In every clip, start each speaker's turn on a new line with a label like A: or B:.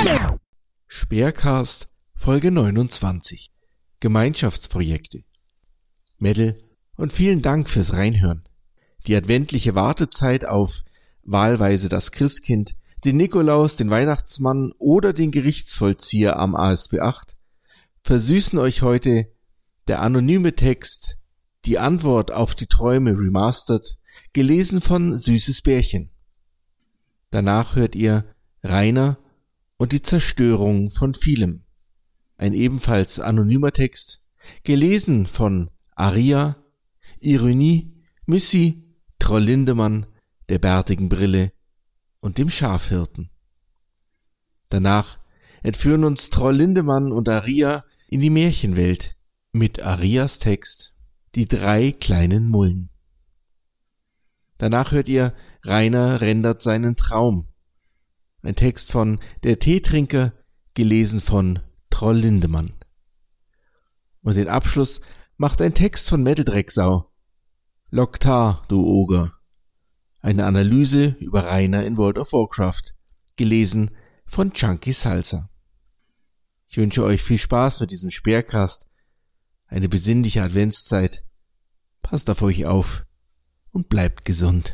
A: Speercast Folge 29 Gemeinschaftsprojekte. Mädel und vielen Dank fürs Reinhören. Die adventliche Wartezeit auf wahlweise das Christkind, den Nikolaus, den Weihnachtsmann oder den Gerichtsvollzieher am ASB 8 versüßen euch heute der anonyme Text Die Antwort auf die Träume remastered, gelesen von Süßes Bärchen. Danach hört ihr Rainer und die Zerstörung von vielem. Ein ebenfalls anonymer Text, gelesen von Aria, Ironie, Missy, Troll Lindemann, der bärtigen Brille und dem Schafhirten. Danach entführen uns Troll Lindemann und Aria in die Märchenwelt mit Arias Text Die 3 kleinen Mullen. Danach hört ihr Rainer rendert seinen Traum. Ein Text von Der Teetrinker, gelesen von Troll Lindemann. Und den Abschluss macht ein Text von Mädeldrecksau. Loktar, du Oger. Eine Analyse über Rainer in World of Warcraft, gelesen von Chunky Salsa. Ich wünsche euch viel Spaß mit diesem Speercast, eine besinnliche Adventszeit. Passt auf euch auf und bleibt gesund.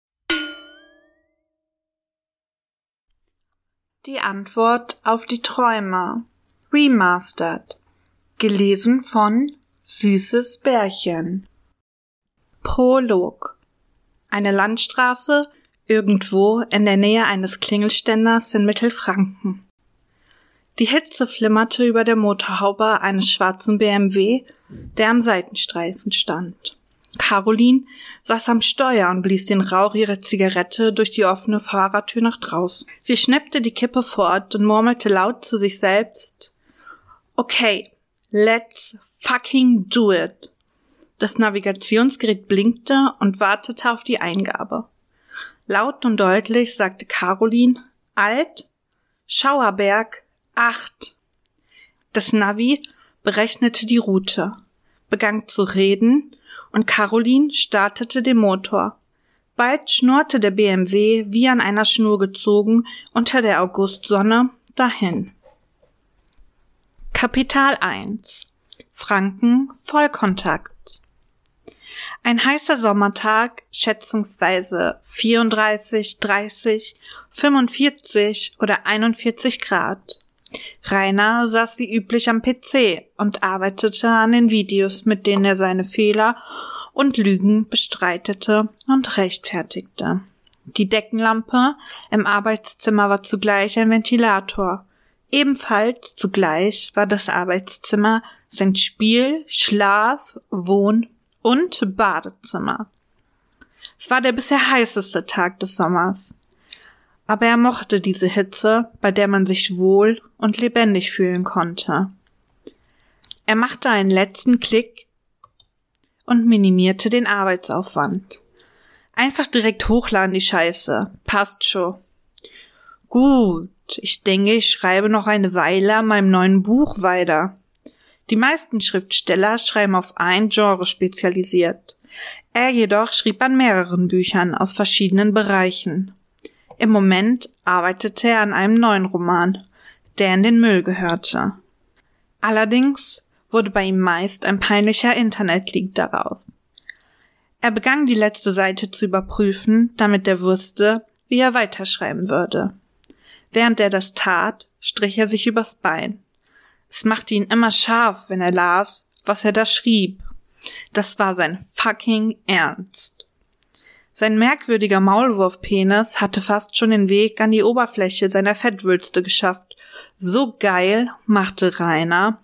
B: Die Antwort auf die Träume remastered, gelesen von Süßes Bärchen. Prolog. Eine Landstraße irgendwo in der Nähe eines Klingelständers in Mittelfranken. Die Hitze flimmerte über der Motorhaube eines schwarzen BMW, der am Seitenstreifen stand. Caroline saß am Steuer und blies den Rauch ihrer Zigarette durch die offene Fahrertür nach draußen. Sie schnippte die Kippe fort und murmelte laut zu sich selbst: Okay, let's fucking do it. Das Navigationsgerät blinkte und wartete auf die Eingabe. Laut und deutlich sagte Caroline: Alt, Schauerberg, 8. Das Navi berechnete die Route, begann zu reden und Caroline startete den Motor. Bald schnurrte der BMW wie an einer Schnur gezogen unter der Augustsonne dahin. Kapitel 1 Franken Vollkontakt. Ein heißer Sommertag, schätzungsweise 34, 30, 45 oder 41 Grad. Rainer saß wie üblich am PC und arbeitete an den Videos, mit denen er seine Fehler und Lügen bestreitete und rechtfertigte. Die Deckenlampe im Arbeitszimmer war zugleich ein Ventilator. Ebenfalls zugleich war das Arbeitszimmer sein Spiel-, Schlaf-, Wohn- und Badezimmer. Es war der bisher heißeste Tag des Sommers. Aber er mochte diese Hitze, bei der man sich wohl und lebendig fühlen konnte. Er machte einen letzten Klick und minimierte den Arbeitsaufwand. Einfach direkt hochladen die Scheiße. Passt schon. Gut, ich denke, ich schreibe noch eine Weile an meinem neuen Buch weiter. Die meisten Schriftsteller schreiben auf ein Genre spezialisiert. Er jedoch schrieb an mehreren Büchern aus verschiedenen Bereichen. Im Moment arbeitete er an einem neuen Roman, der in den Müll gehörte. Allerdings wurde bei ihm meist ein peinlicher Internetleak daraus. Er begann die letzte Seite zu überprüfen, damit er wusste, wie er weiterschreiben würde. Während er das tat, strich er sich übers Bein. Es machte ihn immer scharf, wenn er las, was er da schrieb. Das war sein fucking Ernst. Sein merkwürdiger Maulwurfpenis hatte fast schon den Weg an die Oberfläche seiner Fettwülste geschafft. So geil machte Rainer.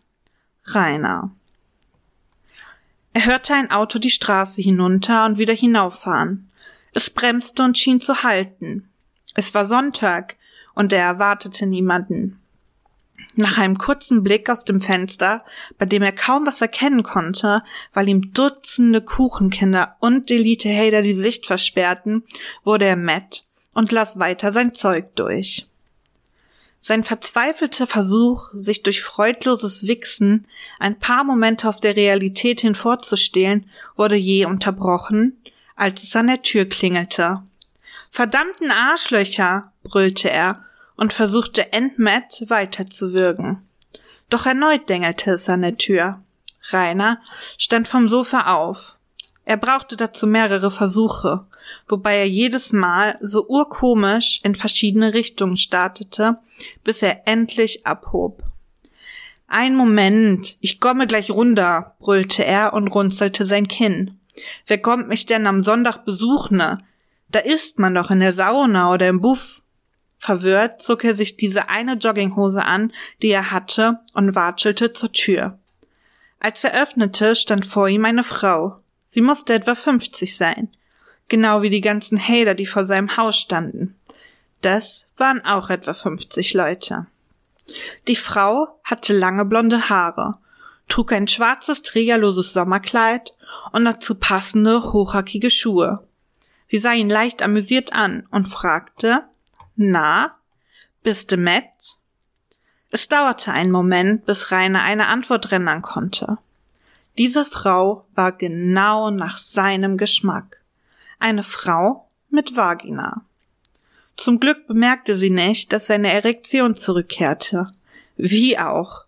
B: Er hörte ein Auto die Straße hinunter und wieder hinauffahren. Es bremste und schien zu halten. Es war Sonntag und er erwartete niemanden. Nach einem kurzen Blick aus dem Fenster, bei dem er kaum was erkennen konnte, weil ihm Dutzende Kuchenkinder und Elite-Hater die Sicht versperrten, wurde er matt und las weiter sein Zeug durch. Sein verzweifelter Versuch, sich durch freudloses Wichsen ein paar Momente aus der Realität hinvorzustehlen, wurde jäh unterbrochen, als es an der Tür klingelte. »Verdammten Arschlöcher«, brüllte er und versuchte entmatt weiterzuwürgen. Doch erneut dengelte es an der Tür. Rainer stand vom Sofa auf. Er brauchte dazu mehrere Versuche, wobei er jedes Mal so urkomisch in verschiedene Richtungen startete, bis er endlich abhob. »Ein Moment, ich komme gleich runter«, brüllte er und runzelte sein Kinn. »Wer kommt mich denn am Sonntag besuchen? Da isst man doch in der Sauna oder im Buff.« Verwirrt zog er sich diese eine Jogginghose an, die er hatte, und watschelte zur Tür. Als er öffnete, stand vor ihm eine Frau. Sie musste etwa 50 sein. Genau wie die ganzen Hater, die vor seinem Haus standen. Das waren auch etwa 50 Leute. Die Frau hatte lange blonde Haare, trug ein schwarzes, trägerloses Sommerkleid und dazu passende, hochhackige Schuhe. Sie sah ihn leicht amüsiert an und fragte, »Na, bist du Matt?« Es dauerte einen Moment, bis Rainer eine Antwort rendern konnte. Diese Frau war genau nach seinem Geschmack. Eine Frau mit Vagina. Zum Glück bemerkte sie nicht, dass seine Erektion zurückkehrte. Wie auch.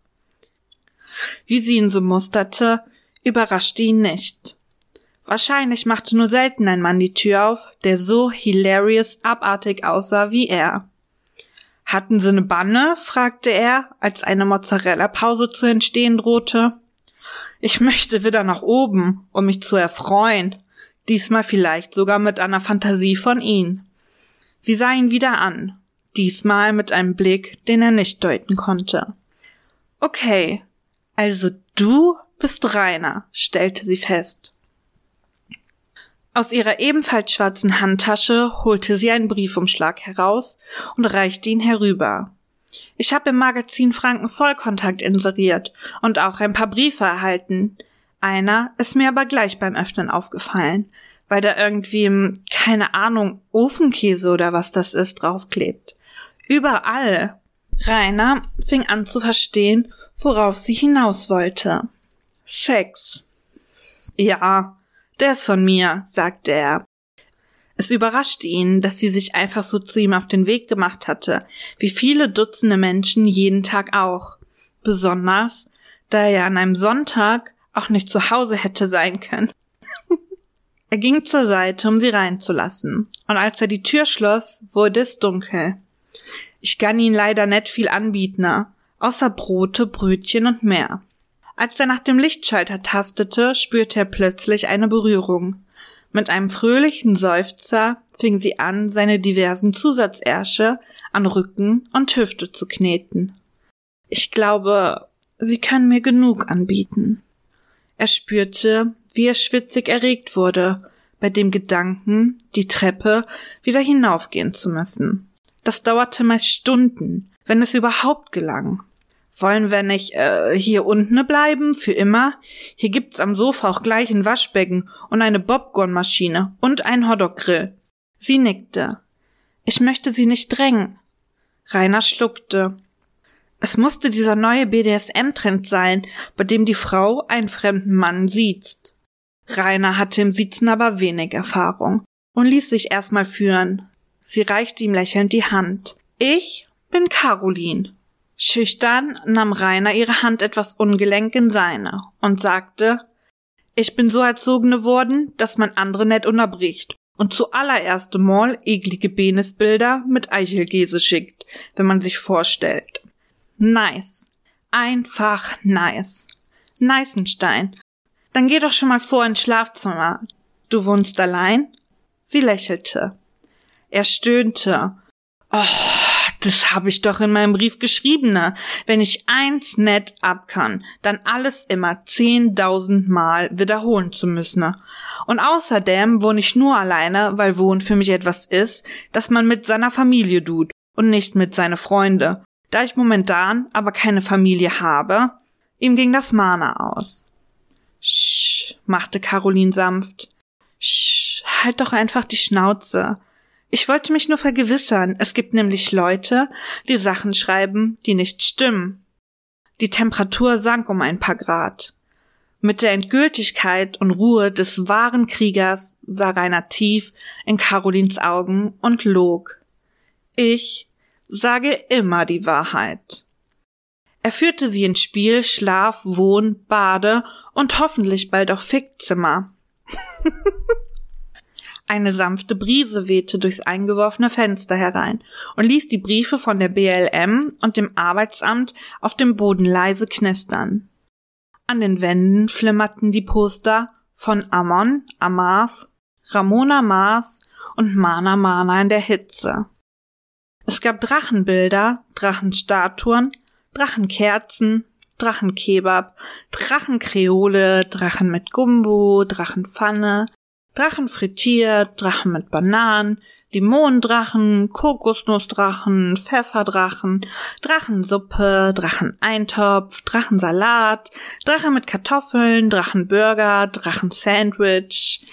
B: Wie sie ihn so musterte, überraschte ihn nicht. Wahrscheinlich machte nur selten ein Mann die Tür auf, der so hilarious abartig aussah wie er. »Hatten Sie 'ne Banne?« fragte er, als eine Mozzarella-Pause zu entstehen drohte. »Ich möchte wieder nach oben, um mich zu erfreuen. Diesmal vielleicht sogar mit einer Fantasie von Ihnen.« Sie sah ihn wieder an, diesmal mit einem Blick, den er nicht deuten konnte. »Okay, also du bist Rainer«, stellte sie fest. Aus ihrer ebenfalls schwarzen Handtasche holte sie einen Briefumschlag heraus und reichte ihn herüber. »Ich habe im Magazin Franken Vollkontakt inseriert und auch ein paar Briefe erhalten. Einer ist mir aber gleich beim Öffnen aufgefallen, weil da irgendwie, keine Ahnung, Ofenkäse oder was das ist, draufklebt. Überall.« Rainer fing an zu verstehen, worauf sie hinaus wollte. »Sex.« »Ja, der ist von mir«, sagte er. Es überraschte ihn, dass sie sich einfach so zu ihm auf den Weg gemacht hatte, wie viele Dutzende Menschen jeden Tag auch. Besonders, da er ja an einem Sonntag auch nicht zu Hause hätte sein können. Er ging zur Seite, um sie reinzulassen, und als er die Tür schloss, wurde es dunkel. Ich kann ihn leider nicht viel anbieten, außer Brote, Brötchen und mehr. Als er nach dem Lichtschalter tastete, spürte er plötzlich eine Berührung. Mit einem fröhlichen Seufzer fing sie an, seine diversen Zusatzärsche an Rücken und Hüfte zu kneten. »Ich glaube, Sie können mir genug anbieten.« Er spürte, wie er schwitzig erregt wurde, bei dem Gedanken, die Treppe wieder hinaufgehen zu müssen. Das dauerte meist Stunden, wenn es überhaupt gelang. »Wollen wir nicht hier unten bleiben, für immer? Hier gibt's am Sofa auch gleich ein Waschbecken und eine Popcornmaschine und einen Hotdog-Grill.« Sie nickte. »Ich möchte Sie nicht drängen.« Rainer schluckte. Es musste dieser neue BDSM-Trend sein, bei dem die Frau einen fremden Mann siezt. Rainer hatte im Siezen aber wenig Erfahrung und ließ sich erstmal führen. Sie reichte ihm lächelnd die Hand. »Ich bin Caroline.« Schüchtern nahm Rainer ihre Hand etwas ungelenk in seine und sagte, »Ich bin so erzogene worden, dass man andere nicht unterbricht und zuallererst mal eklige Penisbilder mit Eichelkäse schickt, wenn man sich vorstellt. Nice. Einfach nice. Neißenstein. Dann geh doch schon mal vor ins Schlafzimmer. Du wohnst allein?« Sie lächelte. Er stöhnte. »Oh, das hab ich doch in meinem Brief geschrieben, ne? Wenn ich eins nicht ab kann, dann alles immer 10.000 Mal wiederholen zu müssen. Ne? Und außerdem wohne ich nur alleine, weil Wohnen für mich etwas ist, das man mit seiner Familie tut und nicht mit seinen Freunden. Da ich momentan aber keine Familie habe«, ihm ging das Mana aus. »Sch«, machte Caroline sanft. »Sch, halt doch einfach die Schnauze. Ich wollte mich nur vergewissern, es gibt nämlich Leute, die Sachen schreiben, die nicht stimmen.« Die Temperatur sank um ein paar Grad. Mit der Endgültigkeit und Ruhe des wahren Kriegers sah Rainer tief in Carolins Augen und log. »Ich sage immer die Wahrheit. Er führte sie ins Spiel, Schlaf, Wohn, Bade und hoffentlich bald auch Fickzimmer. Eine sanfte Brise wehte durchs eingeworfene Fenster herein und ließ die Briefe von der BLM und dem Arbeitsamt auf dem Boden leise knistern. An den Wänden flimmerten die Poster von Amon, Amarth, Ramona Mars und Mana Mana in der Hitze. Es gab Drachenbilder, Drachenstatuen, Drachenkerzen, Drachenkebab, Drachenkreole, Drachen mit Gumbo, Drachenpfanne, Drachen frittiert, Drachen mit Bananen, Limonendrachen, Kokosnussdrachen, Pfefferdrachen, Drachensuppe, Dracheneintopf, Drachensalat, Drache mit Kartoffeln, Drachenburger, Drachensandwich.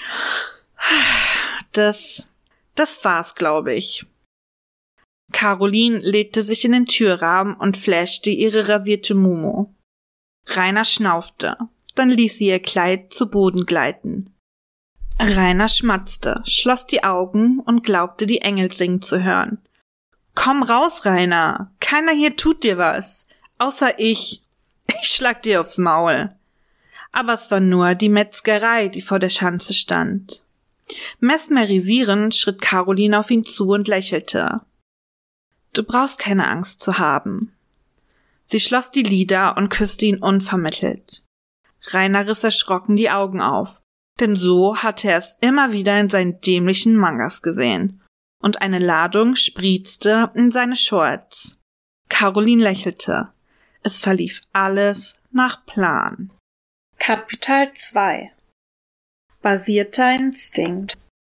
B: Das war's, glaube ich. Caroline legte sich in den Türrahmen und flashte ihre rasierte Mumu. Rainer schnaufte, dann ließ sie ihr Kleid zu Boden gleiten. Rainer schmatzte, schloss die Augen und glaubte, die Engel singen zu hören. »Komm raus, Rainer! Keiner hier tut dir was! Außer ich! Ich schlag dir aufs Maul!« Aber es war nur die Metzgerei, die vor der Schanze stand. Mesmerisierend schritt Caroline auf ihn zu und lächelte. »Du brauchst keine Angst zu haben.« Sie schloss die Lider und küsste ihn unvermittelt. Rainer riss erschrocken die Augen auf. Denn so hatte er es immer wieder in seinen dämlichen Mangas gesehen. Und eine Ladung spritzte in seine Shorts. Caroline lächelte. Es verlief alles nach Plan. Kapitel 2 Basierter Instinkt.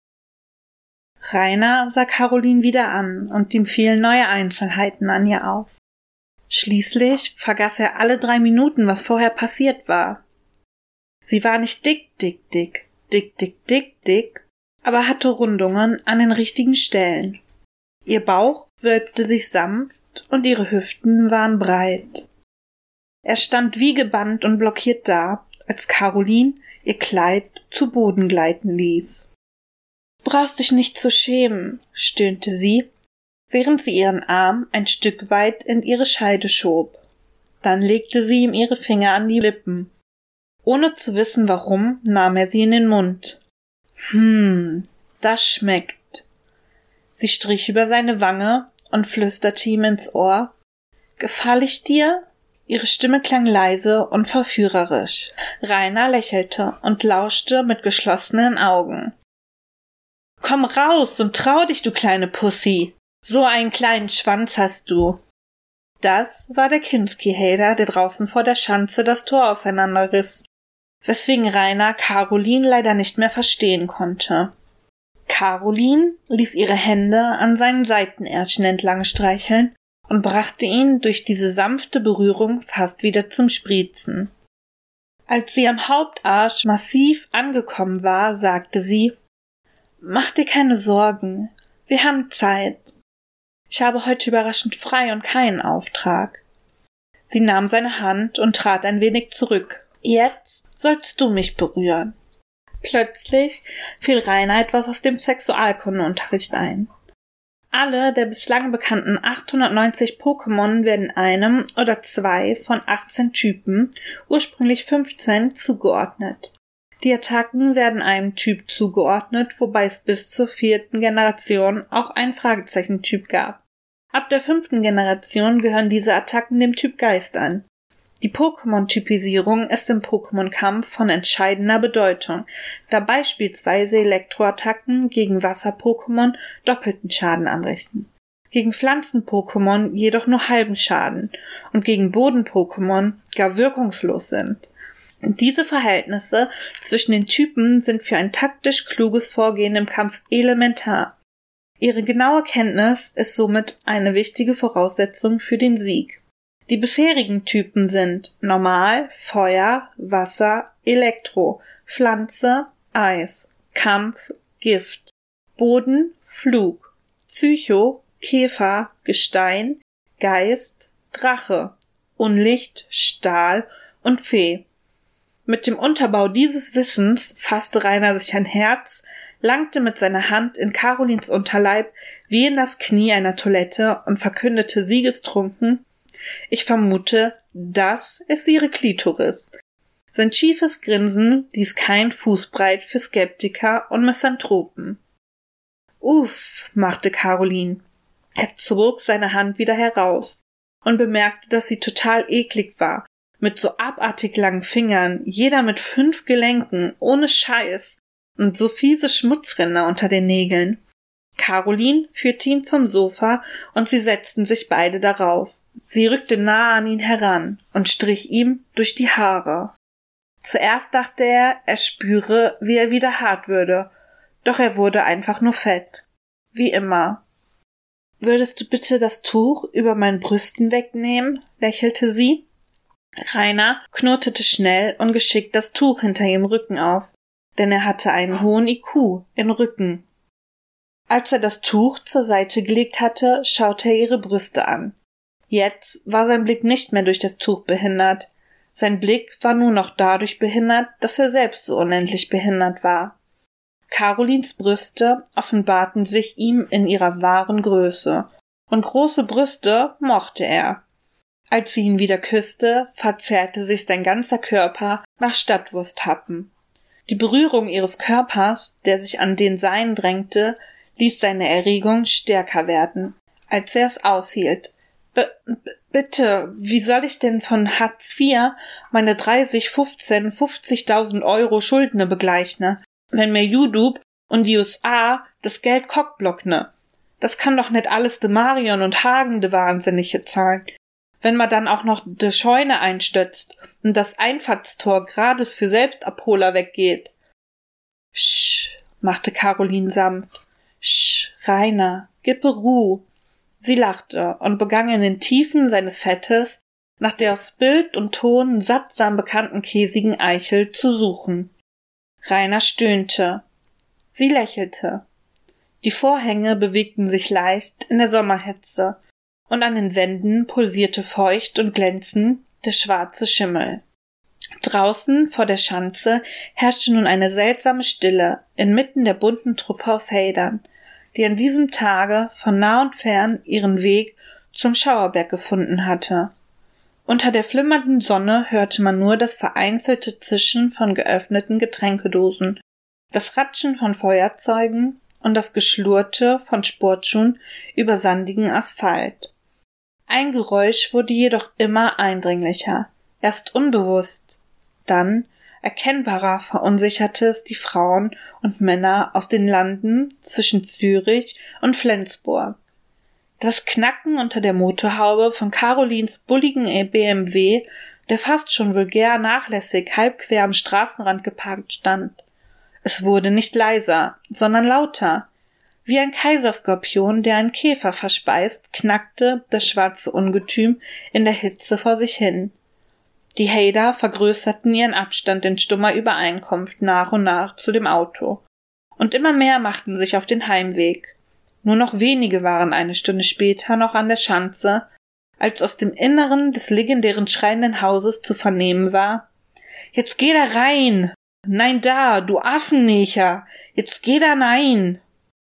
B: Rainer sah Caroline wieder an und ihm fielen neue Einzelheiten an ihr auf. Schließlich vergaß er alle 3 Minuten, was vorher passiert war. Sie war nicht dick, aber hatte Rundungen an den richtigen Stellen. Ihr Bauch wölbte sich sanft und ihre Hüften waren breit. Er stand wie gebannt und blockiert da, als Caroline ihr Kleid zu Boden gleiten ließ. »Du brauchst dich nicht zu schämen«, stöhnte sie, während sie ihren Arm ein Stück weit in ihre Scheide schob. Dann legte sie ihm ihre Finger an die Lippen. Ohne zu wissen warum, nahm er sie in den Mund. Das schmeckt. Sie strich über seine Wange und flüsterte ihm ins Ohr. »Gefahl ich dir?« Ihre Stimme klang leise und verführerisch. Rainer lächelte und lauschte mit geschlossenen Augen. »Komm raus und trau dich, du kleine Pussy! So einen kleinen Schwanz hast du!« Das war der Kinski-Hater, der draußen vor der Schanze das Tor auseinanderriss, weswegen Rainer Caroline leider nicht mehr verstehen konnte. Caroline ließ ihre Hände an seinen Seitenärschen entlang streicheln und brachte ihn durch diese sanfte Berührung fast wieder zum Spritzen. Als sie am Hauptarsch massiv angekommen war, sagte sie: »Mach dir keine Sorgen, wir haben Zeit. Ich habe heute überraschend frei und keinen Auftrag.« Sie nahm seine Hand und trat ein wenig zurück. »Jetzt sollst du mich berühren.« Plötzlich fiel Rainer etwas aus dem Sexualkundeunterricht ein. Alle der bislang bekannten 890 Pokémon werden einem oder 2 von 18 Typen, ursprünglich 15, zugeordnet. Die Attacken werden einem Typ zugeordnet, wobei es bis zur 4. Generation auch einen Fragezeichentyp gab. Ab der 5. Generation gehören diese Attacken dem Typ Geist an. Die Pokémon-Typisierung ist im Pokémon-Kampf von entscheidender Bedeutung, da beispielsweise Elektroattacken gegen Wasser-Pokémon doppelten Schaden anrichten, gegen Pflanzen-Pokémon jedoch nur halben Schaden und gegen Boden-Pokémon gar wirkungslos sind. Diese Verhältnisse zwischen den Typen sind für ein taktisch kluges Vorgehen im Kampf elementar. Ihre genaue Kenntnis ist somit eine wichtige Voraussetzung für den Sieg. Die bisherigen Typen sind Normal, Feuer, Wasser, Elektro, Pflanze, Eis, Kampf, Gift, Boden, Flug, Psycho, Käfer, Gestein, Geist, Drache, Unlicht, Stahl und Fee. Mit dem Unterbau dieses Wissens fasste Rainer sich ein Herz, langte mit seiner Hand in Carolins Unterleib, wie in das Knie einer Toilette und verkündete siegestrunken: »Ich vermute, das ist ihre Klitoris.« Sein schiefes Grinsen ließ kein Fußbreit für Skeptiker und Misanthropen. »Uff«, machte Caroline. Er zog seine Hand wieder heraus und bemerkte, dass sie total eklig war, mit so abartig langen Fingern, jeder mit 5 Gelenken, ohne Scheiß, und so fiese Schmutzränder unter den Nägeln. Caroline führte ihn zum Sofa und sie setzten sich beide darauf. Sie rückte nahe an ihn heran und strich ihm durch die Haare. Zuerst dachte er, er spüre, wie er wieder hart würde, doch er wurde einfach nur fett. Wie immer. »Würdest du bitte das Tuch über meinen Brüsten wegnehmen?« lächelte sie. Rainer knotete schnell und geschickt das Tuch hinter ihrem Rücken auf, denn er hatte einen hohen IQ im Rücken. Als er das Tuch zur Seite gelegt hatte, schaute er ihre Brüste an. Jetzt war sein Blick nicht mehr durch das Tuch behindert. Sein Blick war nur noch dadurch behindert, dass er selbst so unendlich behindert war. Carolins Brüste offenbarten sich ihm in ihrer wahren Größe, und große Brüste mochte er. Als sie ihn wieder küsste, verzerrte sich sein ganzer Körper nach Stadtwursthappen. Die Berührung ihres Körpers, der sich an den seinen drängte, ließ seine Erregung stärker werden, als er es aushielt. Bitte, wie soll ich denn von Hartz IV meine 50.000 Euro Schuldner begleichen, wenn mir YouTube und die USA das Geld kockblockne? Das kann doch nicht alles de Marion und Hagen de Wahnsinnige zahlen. Wenn man dann auch noch de Scheune einstötzt und das Einfahrtstor gratis für Selbstabholer weggeht. Sch, machte Caroline sanft. Sch, Rainer, gib Ruhe. Sie lachte und begann in den Tiefen seines Fettes nach der aus Bild und Ton sattsam bekannten käsigen Eichel zu suchen. Rainer stöhnte. Sie lächelte. Die Vorhänge bewegten sich leicht in der Sommerhitze, und an den Wänden pulsierte feucht und glänzend der schwarze Schimmel. Draußen vor der Schanze herrschte nun eine seltsame Stille inmitten der bunten Truppe aus Heldern, die an diesem Tage von nah und fern ihren Weg zum Schauerberg gefunden hatte. Unter der flimmernden Sonne hörte man nur das vereinzelte Zischen von geöffneten Getränkedosen, das Ratschen von Feuerzeugen und das Geschlurrte von Sportschuhen über sandigen Asphalt. Ein Geräusch wurde jedoch immer eindringlicher, erst unbewusst, dann erkennbarer verunsicherte es die Frauen und Männer aus den Landen zwischen Zürich und Flensburg. Das Knacken unter der Motorhaube von Carolins bulligen BMW, der fast schon vulgär nachlässig halb quer am Straßenrand geparkt stand. Es wurde nicht leiser, sondern lauter. Wie ein Kaiserskorpion, der einen Käfer verspeist, knackte das schwarze Ungetüm in der Hitze vor sich hin. Die Hader vergrößerten ihren Abstand in stummer Übereinkunft nach und nach zu dem Auto. Und immer mehr machten sich auf den Heimweg. Nur noch wenige waren eine Stunde später noch an der Schanze, als aus dem Inneren des legendären schreienden Hauses zu vernehmen war: »Jetzt geh da rein! Nein, da, du Affennecher! Jetzt geh da rein!«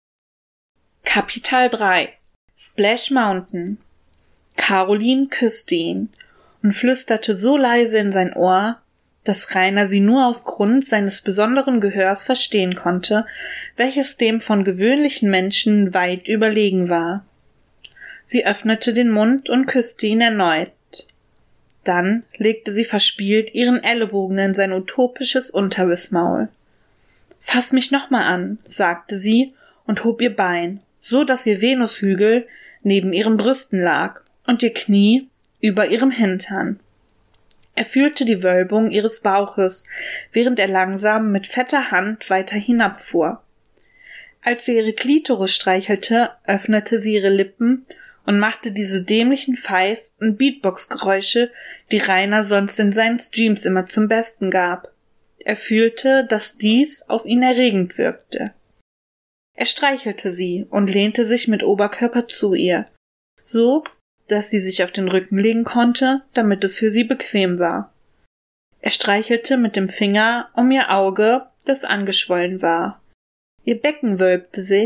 B: Kapitel 3 Splash Mountain. Caroline küsste ihn und flüsterte so leise in sein Ohr, dass Rainer sie nur aufgrund seines besonderen Gehörs verstehen konnte, welches dem von gewöhnlichen Menschen weit überlegen war. Sie öffnete den Mund und küsste ihn erneut. Dann legte sie verspielt ihren Ellenbogen in sein utopisches Unterwissmaul. »Fass mich nochmal an«, sagte sie und hob ihr Bein, so dass ihr Venushügel neben ihren Brüsten lag und ihr Knie über ihrem Hintern. Er fühlte die Wölbung ihres Bauches, während er langsam mit fetter Hand weiter hinabfuhr. Als sie ihre Klitoris streichelte, öffnete sie ihre Lippen und machte diese dämlichen Pfeif- und Beatbox-Geräusche, die Rainer sonst in seinen Streams immer zum Besten gab. Er fühlte, dass dies auf ihn erregend wirkte. Er streichelte sie und lehnte sich mit Oberkörper zu ihr, so, dass sie sich auf den Rücken legen konnte, damit es für sie bequem war. Er streichelte mit dem Finger um ihr Auge, das angeschwollen war. Ihr Becken wölbte sich,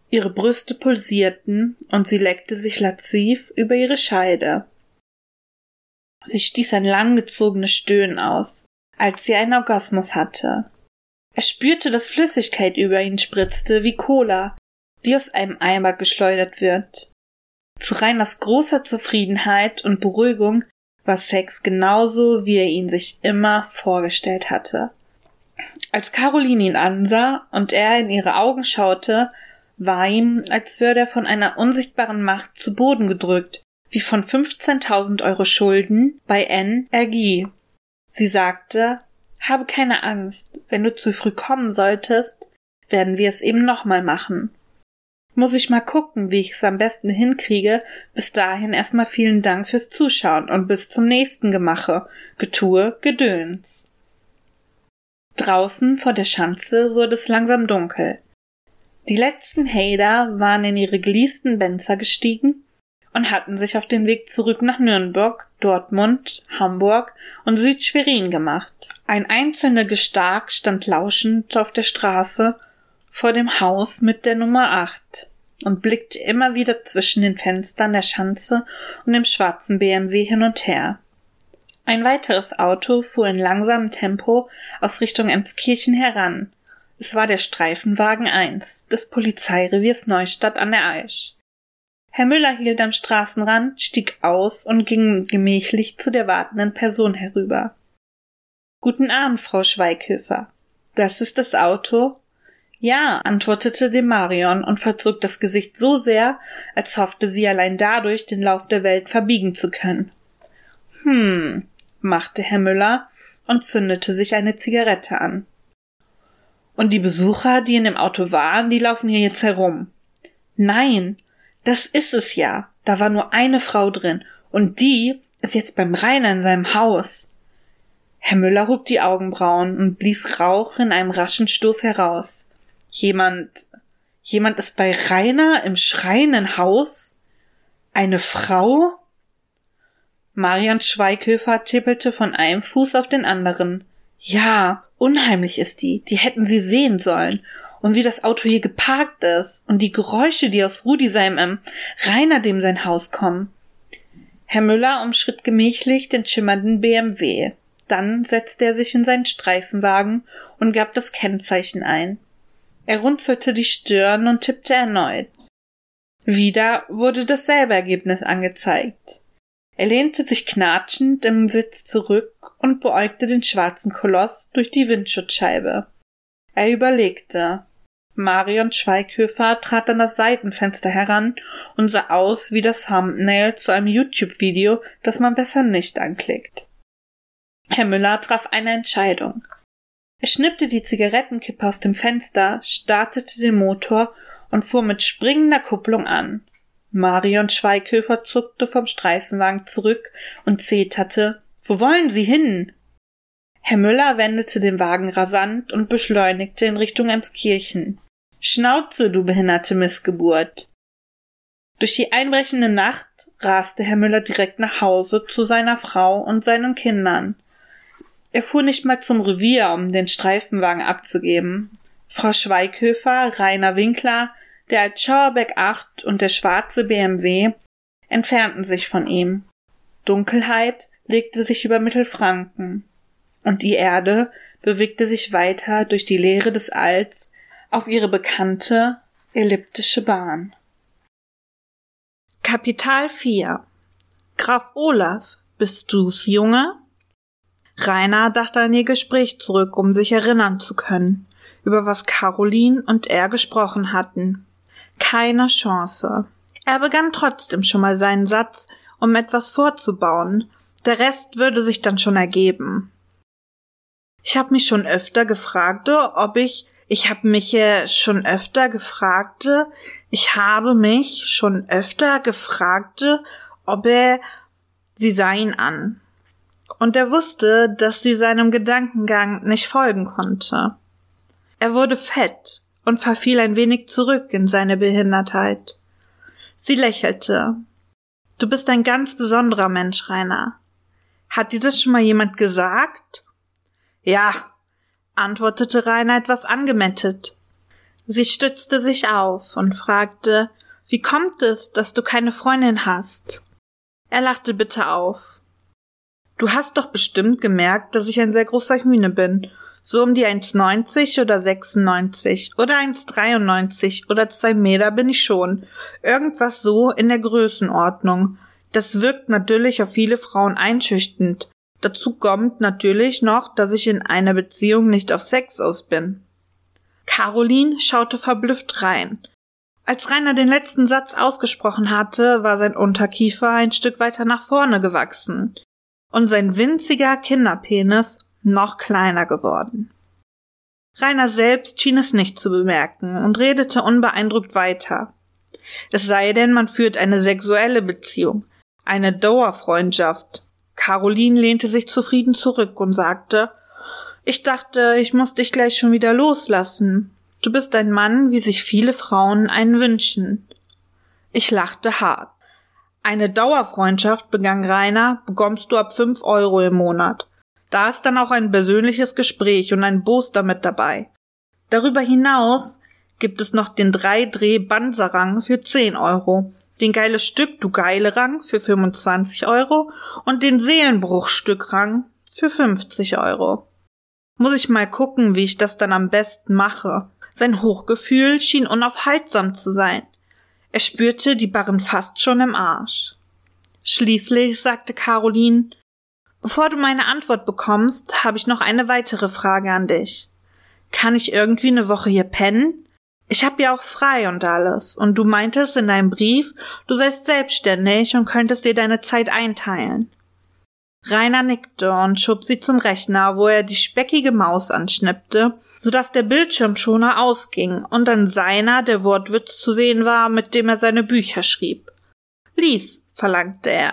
B: Ihre Brüste pulsierten und sie leckte sich lasziv über ihre Scheide. Sie stieß ein langgezogenes Stöhnen aus, als sie einen Orgasmus hatte. Er spürte, dass Flüssigkeit über ihn spritzte wie Cola, die aus einem Eimer geschleudert wird. Zu Rainers großer Zufriedenheit und Beruhigung war Sex genauso, wie er ihn sich immer vorgestellt hatte. Als Caroline ihn ansah und er in ihre Augen schaute, war ihm, als würde er von einer unsichtbaren Macht zu Boden gedrückt, wie von 15.000 Euro Schulden bei NRG. Sie sagte, habe keine Angst, wenn du zu früh kommen solltest, werden wir es eben nochmal machen. Muss ich mal gucken, wie ich es am besten hinkriege. Bis dahin erstmal vielen Dank fürs Zuschauen und bis zum nächsten Gemache, Getue, Gedöns. Draußen vor der Schanze wurde es langsam dunkel. Die letzten Hader waren in ihre geleasten Benzer gestiegen und hatten sich auf den Weg zurück nach Nürnberg, Dortmund, Hamburg und Südschwerin gemacht. Ein einzelner Gestark stand lauschend auf der Straße vor dem Haus mit der Nummer 8 und blickte immer wieder zwischen den Fenstern der Schanze und dem schwarzen BMW hin und her. Ein weiteres Auto fuhr in langsamem Tempo aus Richtung Emskirchen heran. Es war der Streifenwagen 1 des Polizeireviers Neustadt an der Aisch. Herr Müller hielt am Straßenrand, stieg aus und ging gemächlich zu der wartenden Person herüber. »Guten Abend, Frau Schweighöfer. Das ist das Auto?« »Ja«, antwortete dem Marion und verzog das Gesicht so sehr, als hoffte sie allein dadurch den Lauf der Welt verbiegen zu können. Machte Herr Müller und zündete sich eine Zigarette an. »Und die Besucher, die in dem Auto waren, die laufen hier jetzt herum?« »Nein, das ist es ja. Da war nur eine Frau drin und die ist jetzt beim Rainer in seinem Haus.« Herr Müller hob die Augenbrauen und blies Rauch in einem raschen Stoß heraus. Jemand ist bei Rainer im schreienden Haus? Eine Frau? Marion Schweighöfer tippelte von einem Fuß auf den anderen. Ja, unheimlich ist die hätten sie sehen sollen. Und wie das Auto hier geparkt ist und die Geräusche, die aus Rudi seinem Rainer dem sein Haus kommen. Herr Müller umschritt gemächlich den schimmernden BMW. Dann setzte er sich in seinen Streifenwagen und gab das Kennzeichen ein. Er runzelte die Stirn und tippte erneut. Wieder wurde dasselbe Ergebnis angezeigt. Er lehnte sich knatschend im Sitz zurück und beäugte den schwarzen Koloss durch die Windschutzscheibe. Er überlegte. Marion Schweighöfer trat an das Seitenfenster heran und sah aus wie das Thumbnail zu einem YouTube-Video, das man besser nicht anklickt. Herr Müller traf eine Entscheidung. Er schnippte die Zigarettenkippe aus dem Fenster, startete den Motor und fuhr mit springender Kupplung an. Marion Schweighöfer zuckte vom Streifenwagen zurück und zeterte. »Wo wollen Sie hin?« Herr Müller wendete den Wagen rasant und beschleunigte in Richtung Emskirchen. »Schnauze, du behinderte Missgeburt!« Durch die einbrechende Nacht raste Herr Müller direkt nach Hause zu seiner Frau und seinen Kindern. Er fuhr nicht mal zum Revier, um den Streifenwagen abzugeben. Frau Schweighöfer, Rainer Winkler, der alte Schauerbeck 8 und der schwarze BMW entfernten sich von ihm. Dunkelheit legte sich über Mittelfranken, und die Erde bewegte sich weiter durch die Leere des Alls auf ihre bekannte elliptische Bahn. Kapitel 4 Graf Olaf, bist du's, Junge? Rainer dachte an ihr Gespräch zurück, um sich erinnern zu können, über was Caroline und er gesprochen hatten. Keine Chance. Er begann trotzdem schon mal seinen Satz, um etwas vorzubauen. Der Rest würde sich dann schon ergeben. Ich habe mich schon öfter gefragt, ob sie sah ihn an. Und er wusste, dass sie seinem Gedankengang nicht folgen konnte. Er wurde fett und verfiel ein wenig zurück in seine Behindertheit. Sie lächelte. »Du bist ein ganz besonderer Mensch, Rainer. Hat dir das schon mal jemand gesagt?« »Ja«, antwortete Rainer etwas angemettet. Sie stützte sich auf und fragte, wie kommt es, dass du keine Freundin hast? Er lachte bitter auf. Du hast doch bestimmt gemerkt, dass ich ein sehr großer Hühne bin, so um die 1,90 oder 96 oder 1,93 oder 2 Meter bin ich schon, irgendwas so in der Größenordnung. Das wirkt natürlich auf viele Frauen einschüchternd. Dazu kommt natürlich noch, dass ich in einer Beziehung nicht auf Sex aus bin. Caroline schaute verblüfft rein. Als Rainer den letzten Satz ausgesprochen hatte, war sein Unterkiefer ein Stück weiter nach vorne gewachsen und sein winziger Kinderpenis noch kleiner geworden. Rainer selbst schien es nicht zu bemerken und redete unbeeindruckt weiter. Es sei denn, man führt eine sexuelle Beziehung, eine Dauerfreundschaft. Caroline lehnte sich zufrieden zurück und sagte, ich dachte, ich muss dich gleich schon wieder loslassen. Du bist ein Mann, wie sich viele Frauen einen wünschen. Ich lachte hart. Eine Dauerfreundschaft, begann Rainer, bekommst du ab 5 Euro im Monat. Da ist dann auch ein persönliches Gespräch und ein Booster mit dabei. Darüber hinaus gibt es noch den 3-Dreh-Banserang für 10 Euro, den Geiles Stück, du geile Rang für 25 Euro und den Seelenbruchstück-Rang für 50 Euro. Muss ich mal gucken, wie ich das dann am besten mache. Sein Hochgefühl schien unaufhaltsam zu sein. Er spürte die Barren fast schon im Arsch. Schließlich sagte Caroline, bevor du meine Antwort bekommst, habe ich noch eine weitere Frage an dich. Kann ich irgendwie eine Woche hier pennen? Ich hab ja auch frei und alles. Und du meintest in deinem Brief, du seist selbstständig und könntest dir deine Zeit einteilen. Rainer nickte und schob sie zum Rechner, wo er die speckige Maus anschnippte, sodass der Bildschirmschoner ausging und an seiner der Wortwitz zu sehen war, mit dem er seine Bücher schrieb. Lies, verlangte er.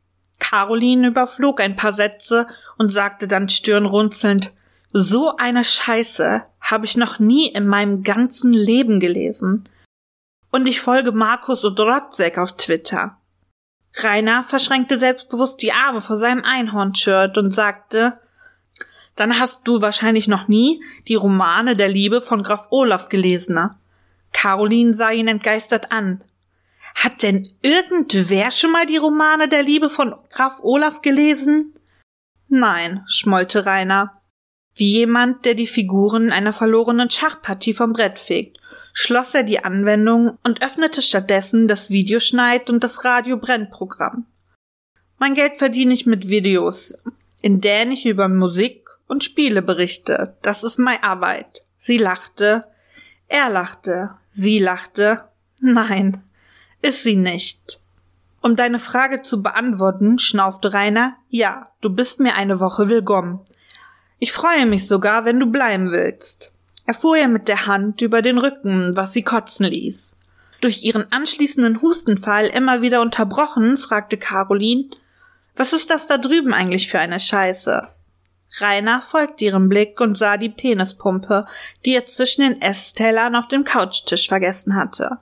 B: Caroline überflog ein paar Sätze und sagte dann stirnrunzelnd, so eine Scheiße habe ich noch nie in meinem ganzen Leben gelesen. Und ich folge Markus Odrotzek auf Twitter. Rainer verschränkte selbstbewusst die Arme vor seinem Einhorn-Shirt und sagte, dann hast du wahrscheinlich noch nie die Romane der Liebe von Graf Olaf gelesen, ne? Caroline sah ihn entgeistert an. Hat denn irgendwer schon mal die Romane der Liebe von Graf Olaf gelesen? Nein, schmollte Rainer. Wie jemand, der die Figuren einer verlorenen Schachpartie vom Brett fegt, schloss er die Anwendung und öffnete stattdessen das Videoschneid- und das Radio-Brennprogramm. Mein Geld verdiene ich mit Videos, in denen ich über Musik und Spiele berichte. Das ist meine Arbeit. Sie lachte. Er lachte. Sie lachte. Nein, ist sie nicht. Um deine Frage zu beantworten, schnaufte Rainer, ja, du bist mir eine Woche willkommen. Ich freue mich sogar, wenn du bleiben willst. Er fuhr ihr mit der Hand über den Rücken, was sie kotzen ließ. Durch ihren anschließenden Hustenfall immer wieder unterbrochen, fragte Caroline, was ist das da drüben eigentlich für eine Scheiße? Rainer folgte ihrem Blick und sah die Penispumpe, die er zwischen den Esstellern auf dem Couchtisch vergessen hatte.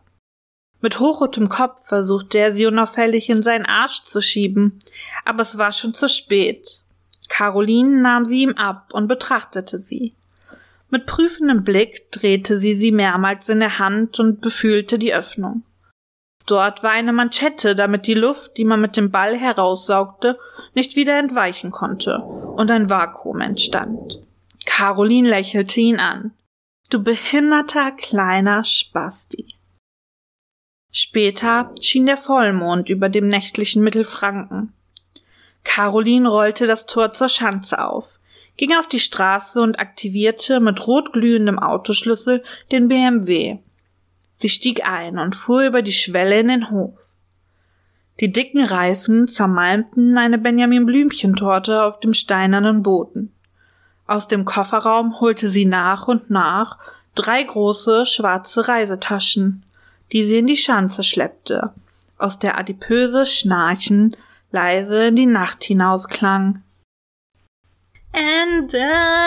B: Mit hochrotem Kopf versuchte er, sie unauffällig in seinen Arsch zu schieben, aber es war schon zu spät. Caroline nahm sie ihm ab und betrachtete sie. Mit prüfendem Blick drehte sie mehrmals in der Hand und befühlte die Öffnung. Dort war eine Manschette, damit die Luft, die man mit dem Ball heraussaugte, nicht wieder entweichen konnte und ein Vakuum entstand. Caroline lächelte ihn an. Du behinderter kleiner Spasti. Später schien der Vollmond über dem nächtlichen Mittelfranken. Caroline rollte das Tor zur Schanze auf, ging auf die Straße und aktivierte mit rot glühendem Autoschlüssel den BMW. Sie stieg ein und fuhr über die Schwelle in den Hof. Die dicken Reifen zermalmten eine Benjamin-Blümchen-Torte auf dem steinernen Boden. Aus dem Kofferraum holte sie nach und nach 3 große schwarze Reisetaschen, die sie in die Schanze schleppte, aus der adipöse Schnarchen leise in die Nacht hinausklang. Ende.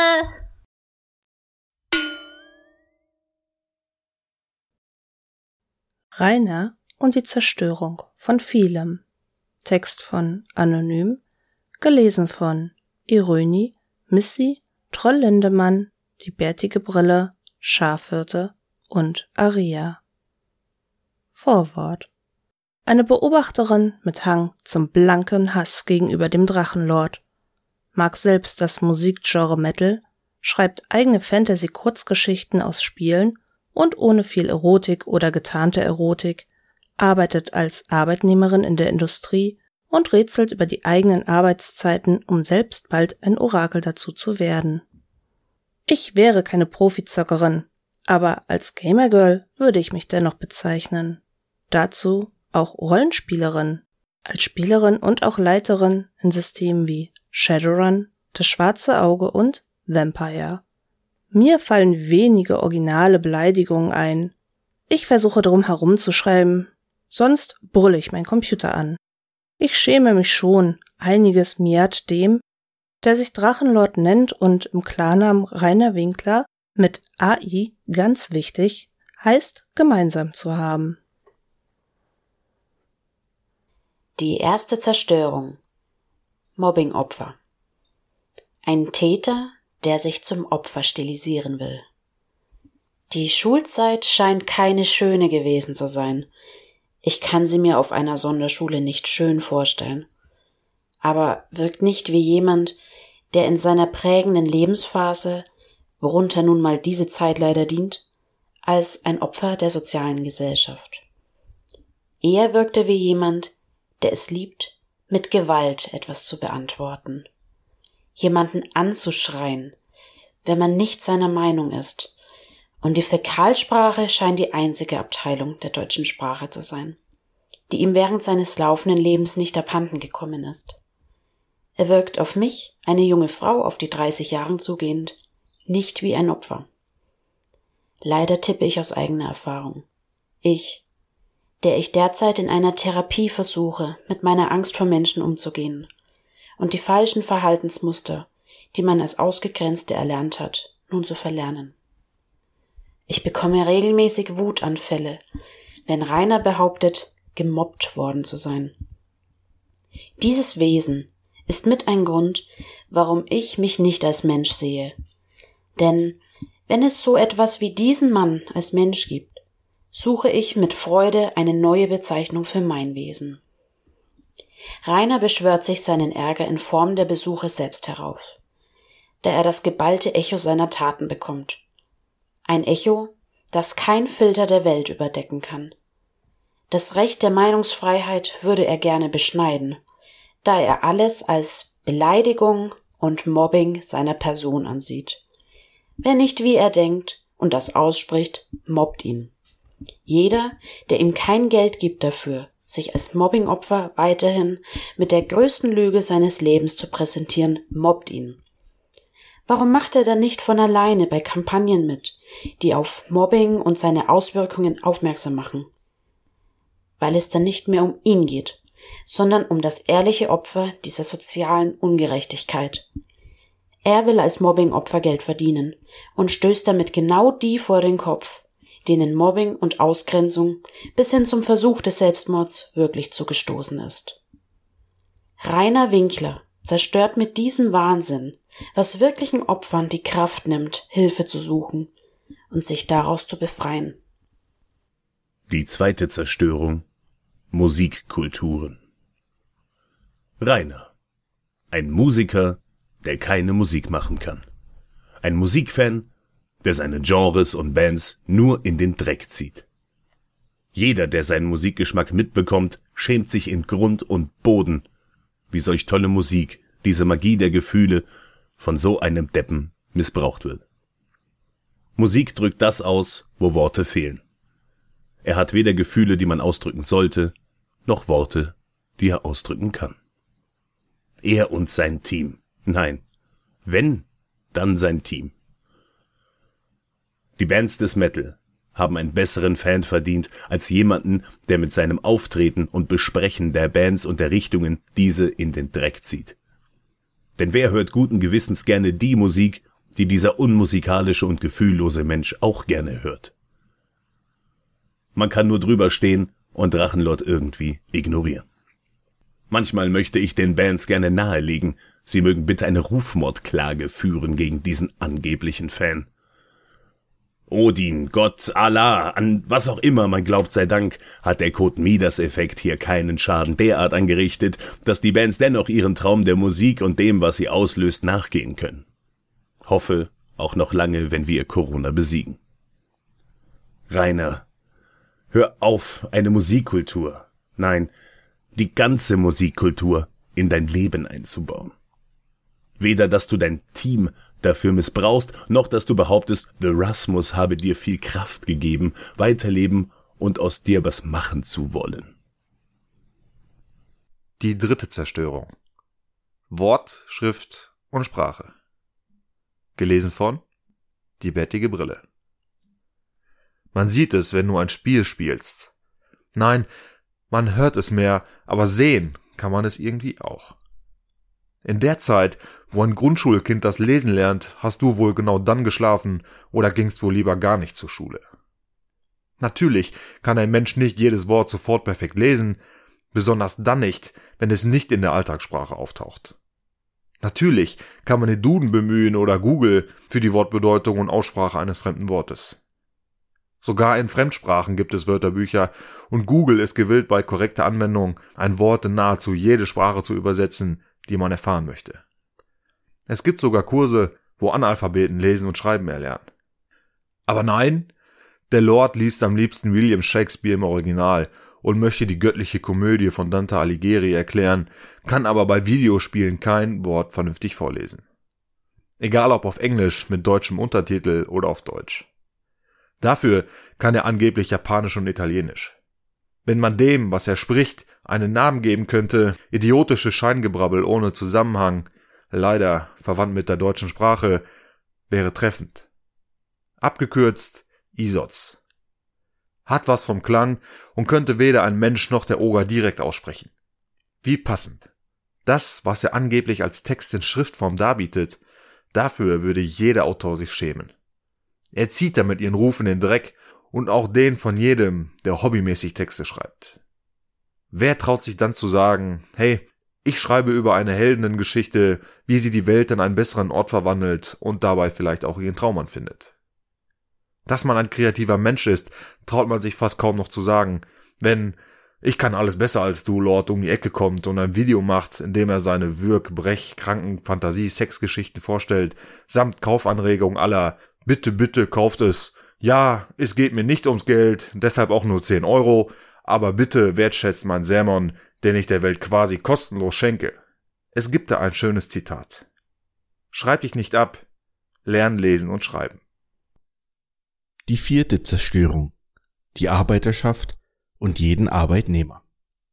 C: Rainer und die Zerstörung von vielem. Text von Anonym, gelesen von Iröni, Missy, Troll Lindemann, die bärtige Brille, Schafhirte und Aria. Vorwort. Eine Beobachterin mit Hang zum blanken Hass gegenüber dem Drachenlord, mag selbst das Musikgenre Metal, schreibt eigene Fantasy-Kurzgeschichten aus Spielen und ohne viel Erotik oder getarnte Erotik, arbeitet als Arbeitnehmerin in der Industrie und rätselt über die eigenen Arbeitszeiten, um selbst bald ein Orakel dazu zu werden. Ich wäre keine Profizockerin, aber als Gamergirl würde ich mich dennoch bezeichnen. Dazu auch Rollenspielerin, als Spielerin und auch Leiterin in Systemen wie Shadowrun, Das Schwarze Auge und Vampire. Mir fallen wenige originale Beleidigungen ein. Ich versuche drum herumzuschreiben, sonst brülle ich meinen Computer an. Ich schäme mich schon, einiges miert dem, der sich Drachenlord nennt und im Klarnamen Rainer Winkler mit AI, ganz wichtig, heißt, gemeinsam zu haben.
D: Die erste Zerstörung. Mobbingopfer. Ein Täter, der sich zum Opfer stilisieren will. Die Schulzeit scheint keine schöne gewesen zu sein. Ich kann sie mir auf einer Sonderschule nicht schön vorstellen. Aber wirkt nicht wie jemand, der in seiner prägenden Lebensphase, worunter nun mal diese Zeit leider dient, als ein Opfer der sozialen Gesellschaft. Eher wirkte wie jemand, der es liebt, mit Gewalt etwas zu beantworten. Jemanden anzuschreien, wenn man nicht seiner Meinung ist. Und die Fäkalsprache scheint die einzige Abteilung der deutschen Sprache zu sein, die ihm während seines laufenden Lebens nicht abhanden gekommen ist. Er wirkt auf mich, eine junge Frau auf die 30 Jahren zugehend, nicht wie ein Opfer. Leider tippe ich aus eigener Erfahrung. Ich, der ich derzeit in einer Therapie versuche, mit meiner Angst vor Menschen umzugehen und die falschen Verhaltensmuster, die man als Ausgegrenzte erlernt hat, nun zu verlernen. Ich bekomme regelmäßig Wutanfälle, wenn Rainer behauptet, gemobbt worden zu sein. Dieses Wesen ist mit ein Grund, warum ich mich nicht als Mensch sehe. Denn wenn es so etwas wie diesen Mann als Mensch gibt, suche ich mit Freude eine neue Bezeichnung für mein Wesen. Rainer beschwört sich seinen Ärger in Form der Besuche selbst herauf, da er das geballte Echo seiner Taten bekommt. Ein Echo, das kein Filter der Welt überdecken kann. Das Recht der Meinungsfreiheit würde er gerne beschneiden, da er alles als Beleidigung und Mobbing seiner Person ansieht. Wer nicht wie er denkt und das ausspricht, mobbt ihn. Jeder, der ihm kein Geld gibt dafür, sich als Mobbingopfer weiterhin mit der größten Lüge seines Lebens zu präsentieren, mobbt ihn. Warum macht er dann nicht von alleine bei Kampagnen mit, die auf Mobbing und seine Auswirkungen aufmerksam machen? Weil es dann nicht mehr um ihn geht, sondern um das ehrliche Opfer dieser sozialen Ungerechtigkeit. Er will als Mobbingopfer Geld verdienen und stößt damit genau die vor den Kopf, denen Mobbing und Ausgrenzung bis hin zum Versuch des Selbstmords wirklich zugestoßen ist. Rainer Winkler zerstört mit diesem Wahnsinn, was wirklichen Opfern die Kraft nimmt, Hilfe zu suchen und sich daraus zu befreien.
E: Die zweite Zerstörung: Musikkulturen. Rainer. Ein Musiker, der keine Musik machen kann. Ein Musikfan, der seine Genres und Bands nur in den Dreck zieht. Jeder, der seinen Musikgeschmack mitbekommt, schämt sich in Grund und Boden, wie solch tolle Musik, diese Magie der Gefühle, von so einem Deppen missbraucht wird. Musik drückt das aus, wo Worte fehlen. Er hat weder Gefühle, die man ausdrücken sollte, noch Worte, die er ausdrücken kann. Er und sein Team. Nein, wenn, dann sein Team. Die Bands des Metal haben einen besseren Fan verdient als jemanden, der mit seinem Auftreten und Besprechen der Bands und der Richtungen diese in den Dreck zieht. Denn wer hört guten Gewissens gerne die Musik, die dieser unmusikalische und gefühllose Mensch auch gerne hört? Man kann nur drüber stehen und Drachenlord irgendwie ignorieren. Manchmal möchte ich den Bands gerne nahelegen, sie mögen bitte eine Rufmordklage führen gegen diesen angeblichen Fan. Odin, Gott, Allah, an was auch immer man glaubt sei Dank, hat der Code Midas-Effekt hier keinen Schaden derart angerichtet, dass die Bands dennoch ihren Traum der Musik und dem, was sie auslöst, nachgehen können. Hoffe, auch noch lange, wenn wir Corona besiegen. Rainer, hör auf, eine Musikkultur, nein, die ganze Musikkultur in dein Leben einzubauen. Weder, dass du dein Team dafür missbrauchst, noch dass du behauptest, The Rasmus habe dir viel Kraft gegeben, weiterleben und aus dir was machen zu wollen.
F: Die dritte Zerstörung. Wort, Schrift und Sprache. Gelesen von Die Bettige Brille. Man sieht es, wenn du ein Spiel spielst. Nein, man hört es mehr, aber sehen kann man es irgendwie auch. In der Zeit, wo ein Grundschulkind das Lesen lernt, hast du wohl genau dann geschlafen oder gingst wohl lieber gar nicht zur Schule. Natürlich kann ein Mensch nicht jedes Wort sofort perfekt lesen, besonders dann nicht, wenn es nicht in der Alltagssprache auftaucht. Natürlich kann man den Duden bemühen oder Google für die Wortbedeutung und Aussprache eines fremden Wortes. Sogar in Fremdsprachen gibt es Wörterbücher und Google ist gewillt, bei korrekter Anwendung ein Wort in nahezu jede Sprache zu übersetzen, die man erfahren möchte. Es gibt sogar Kurse, wo Analphabeten lesen und schreiben erlernen. Aber nein, der Lord liest am liebsten William Shakespeare im Original und möchte die göttliche Komödie von Dante Alighieri erklären, kann aber bei Videospielen kein Wort vernünftig vorlesen. Egal ob auf Englisch mit deutschem Untertitel oder auf Deutsch. Dafür kann er angeblich Japanisch und Italienisch. Wenn man dem, was er spricht, einen Namen geben könnte, idiotisches Scheingebrabbel ohne Zusammenhang, leider verwandt mit der deutschen Sprache, wäre treffend. Abgekürzt ISOZ. Hat was vom Klang und könnte weder ein Mensch noch der Oger direkt aussprechen. Wie passend. Das, was er angeblich als Text in Schriftform darbietet, dafür würde jeder Autor sich schämen. Er zieht damit ihren Ruf in den Dreck und auch den von jedem, der hobbymäßig Texte schreibt. Wer traut sich dann zu sagen, hey, ich schreibe über eine Heldinnengeschichte, wie sie die Welt in einen besseren Ort verwandelt und dabei vielleicht auch ihren Traummann findet? Dass man ein kreativer Mensch ist, traut man sich fast kaum noch zu sagen, wenn Ich kann alles besser als du Lord um die Ecke kommt und ein Video macht, in dem er seine Würg-, Brech-, Kranken-, Fantasie-, Sexgeschichten vorstellt, samt Kaufanregung aller Bitte, bitte, kauft es. Ja, es geht mir nicht ums Geld, deshalb auch nur 10 €, aber bitte wertschätzt mein Sermon, den ich der Welt quasi kostenlos schenke. Es gibt da ein schönes Zitat. Schreib dich nicht ab, lern lesen und schreiben.
A: Die vierte Zerstörung. Die Arbeiterschaft und jeden Arbeitnehmer.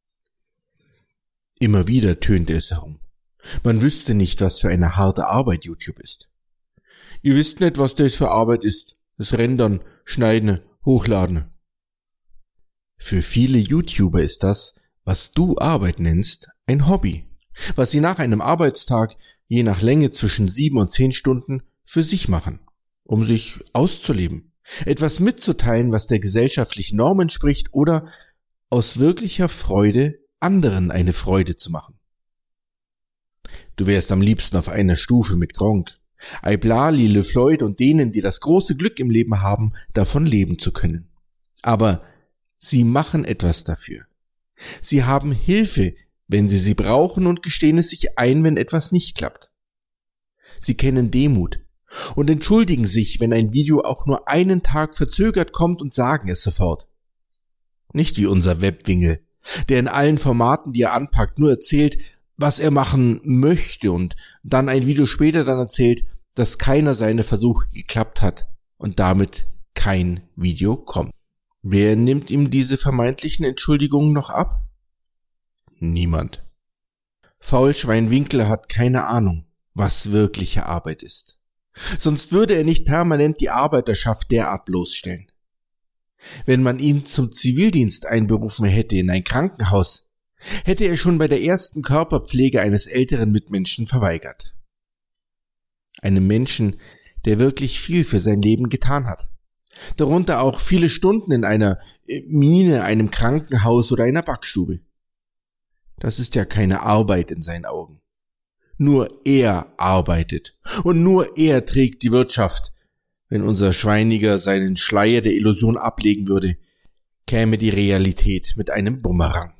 A: Immer wieder tönte es herum. Man wüsste nicht, was für eine harte Arbeit YouTube ist. Ihr wisst nicht, was das für Arbeit ist. Das Rendern, Schneiden, Hochladen. Für viele YouTuber ist das, was du Arbeit nennst, ein Hobby, was sie nach einem Arbeitstag je nach Länge zwischen 7 und 10 Stunden für sich machen, um sich auszuleben, etwas mitzuteilen, was der gesellschaftlichen Norm entspricht oder aus wirklicher Freude anderen eine Freude zu machen. Du wärst am liebsten auf einer Stufe mit Gronkh, Iblali, LeFloid und denen, die das große Glück im Leben haben, davon leben zu können. Aber sie machen etwas dafür. Sie haben Hilfe, wenn sie brauchen und gestehen es sich ein, wenn etwas nicht klappt. Sie kennen Demut und entschuldigen sich, wenn ein Video auch nur einen Tag verzögert kommt und sagen es sofort. Nicht wie unser Webwingel, der in allen Formaten, die er anpackt, nur erzählt, was er machen möchte und dann ein Video später dann erzählt, dass keiner seiner Versuche geklappt hat und damit kein Video kommt. Wer nimmt ihm diese vermeintlichen Entschuldigungen noch ab? Niemand. Faulschwein Winkler hat keine Ahnung, was wirkliche Arbeit ist. Sonst würde er nicht permanent die Arbeiterschaft derart bloßstellen. Wenn man ihn zum Zivildienst einberufen hätte in ein Krankenhaus, hätte er schon bei der ersten Körperpflege eines älteren Mitmenschen verweigert. Einem Menschen, der wirklich viel für sein Leben getan hat. Darunter auch viele Stunden in einer Mine, einem Krankenhaus oder einer Backstube. Das ist ja keine Arbeit in seinen Augen. Nur er arbeitet und nur er trägt die Wirtschaft, Wenn unser Schweiniger seinen Schleier der Illusion ablegen würde, käme die Realität mit einem Bumerang.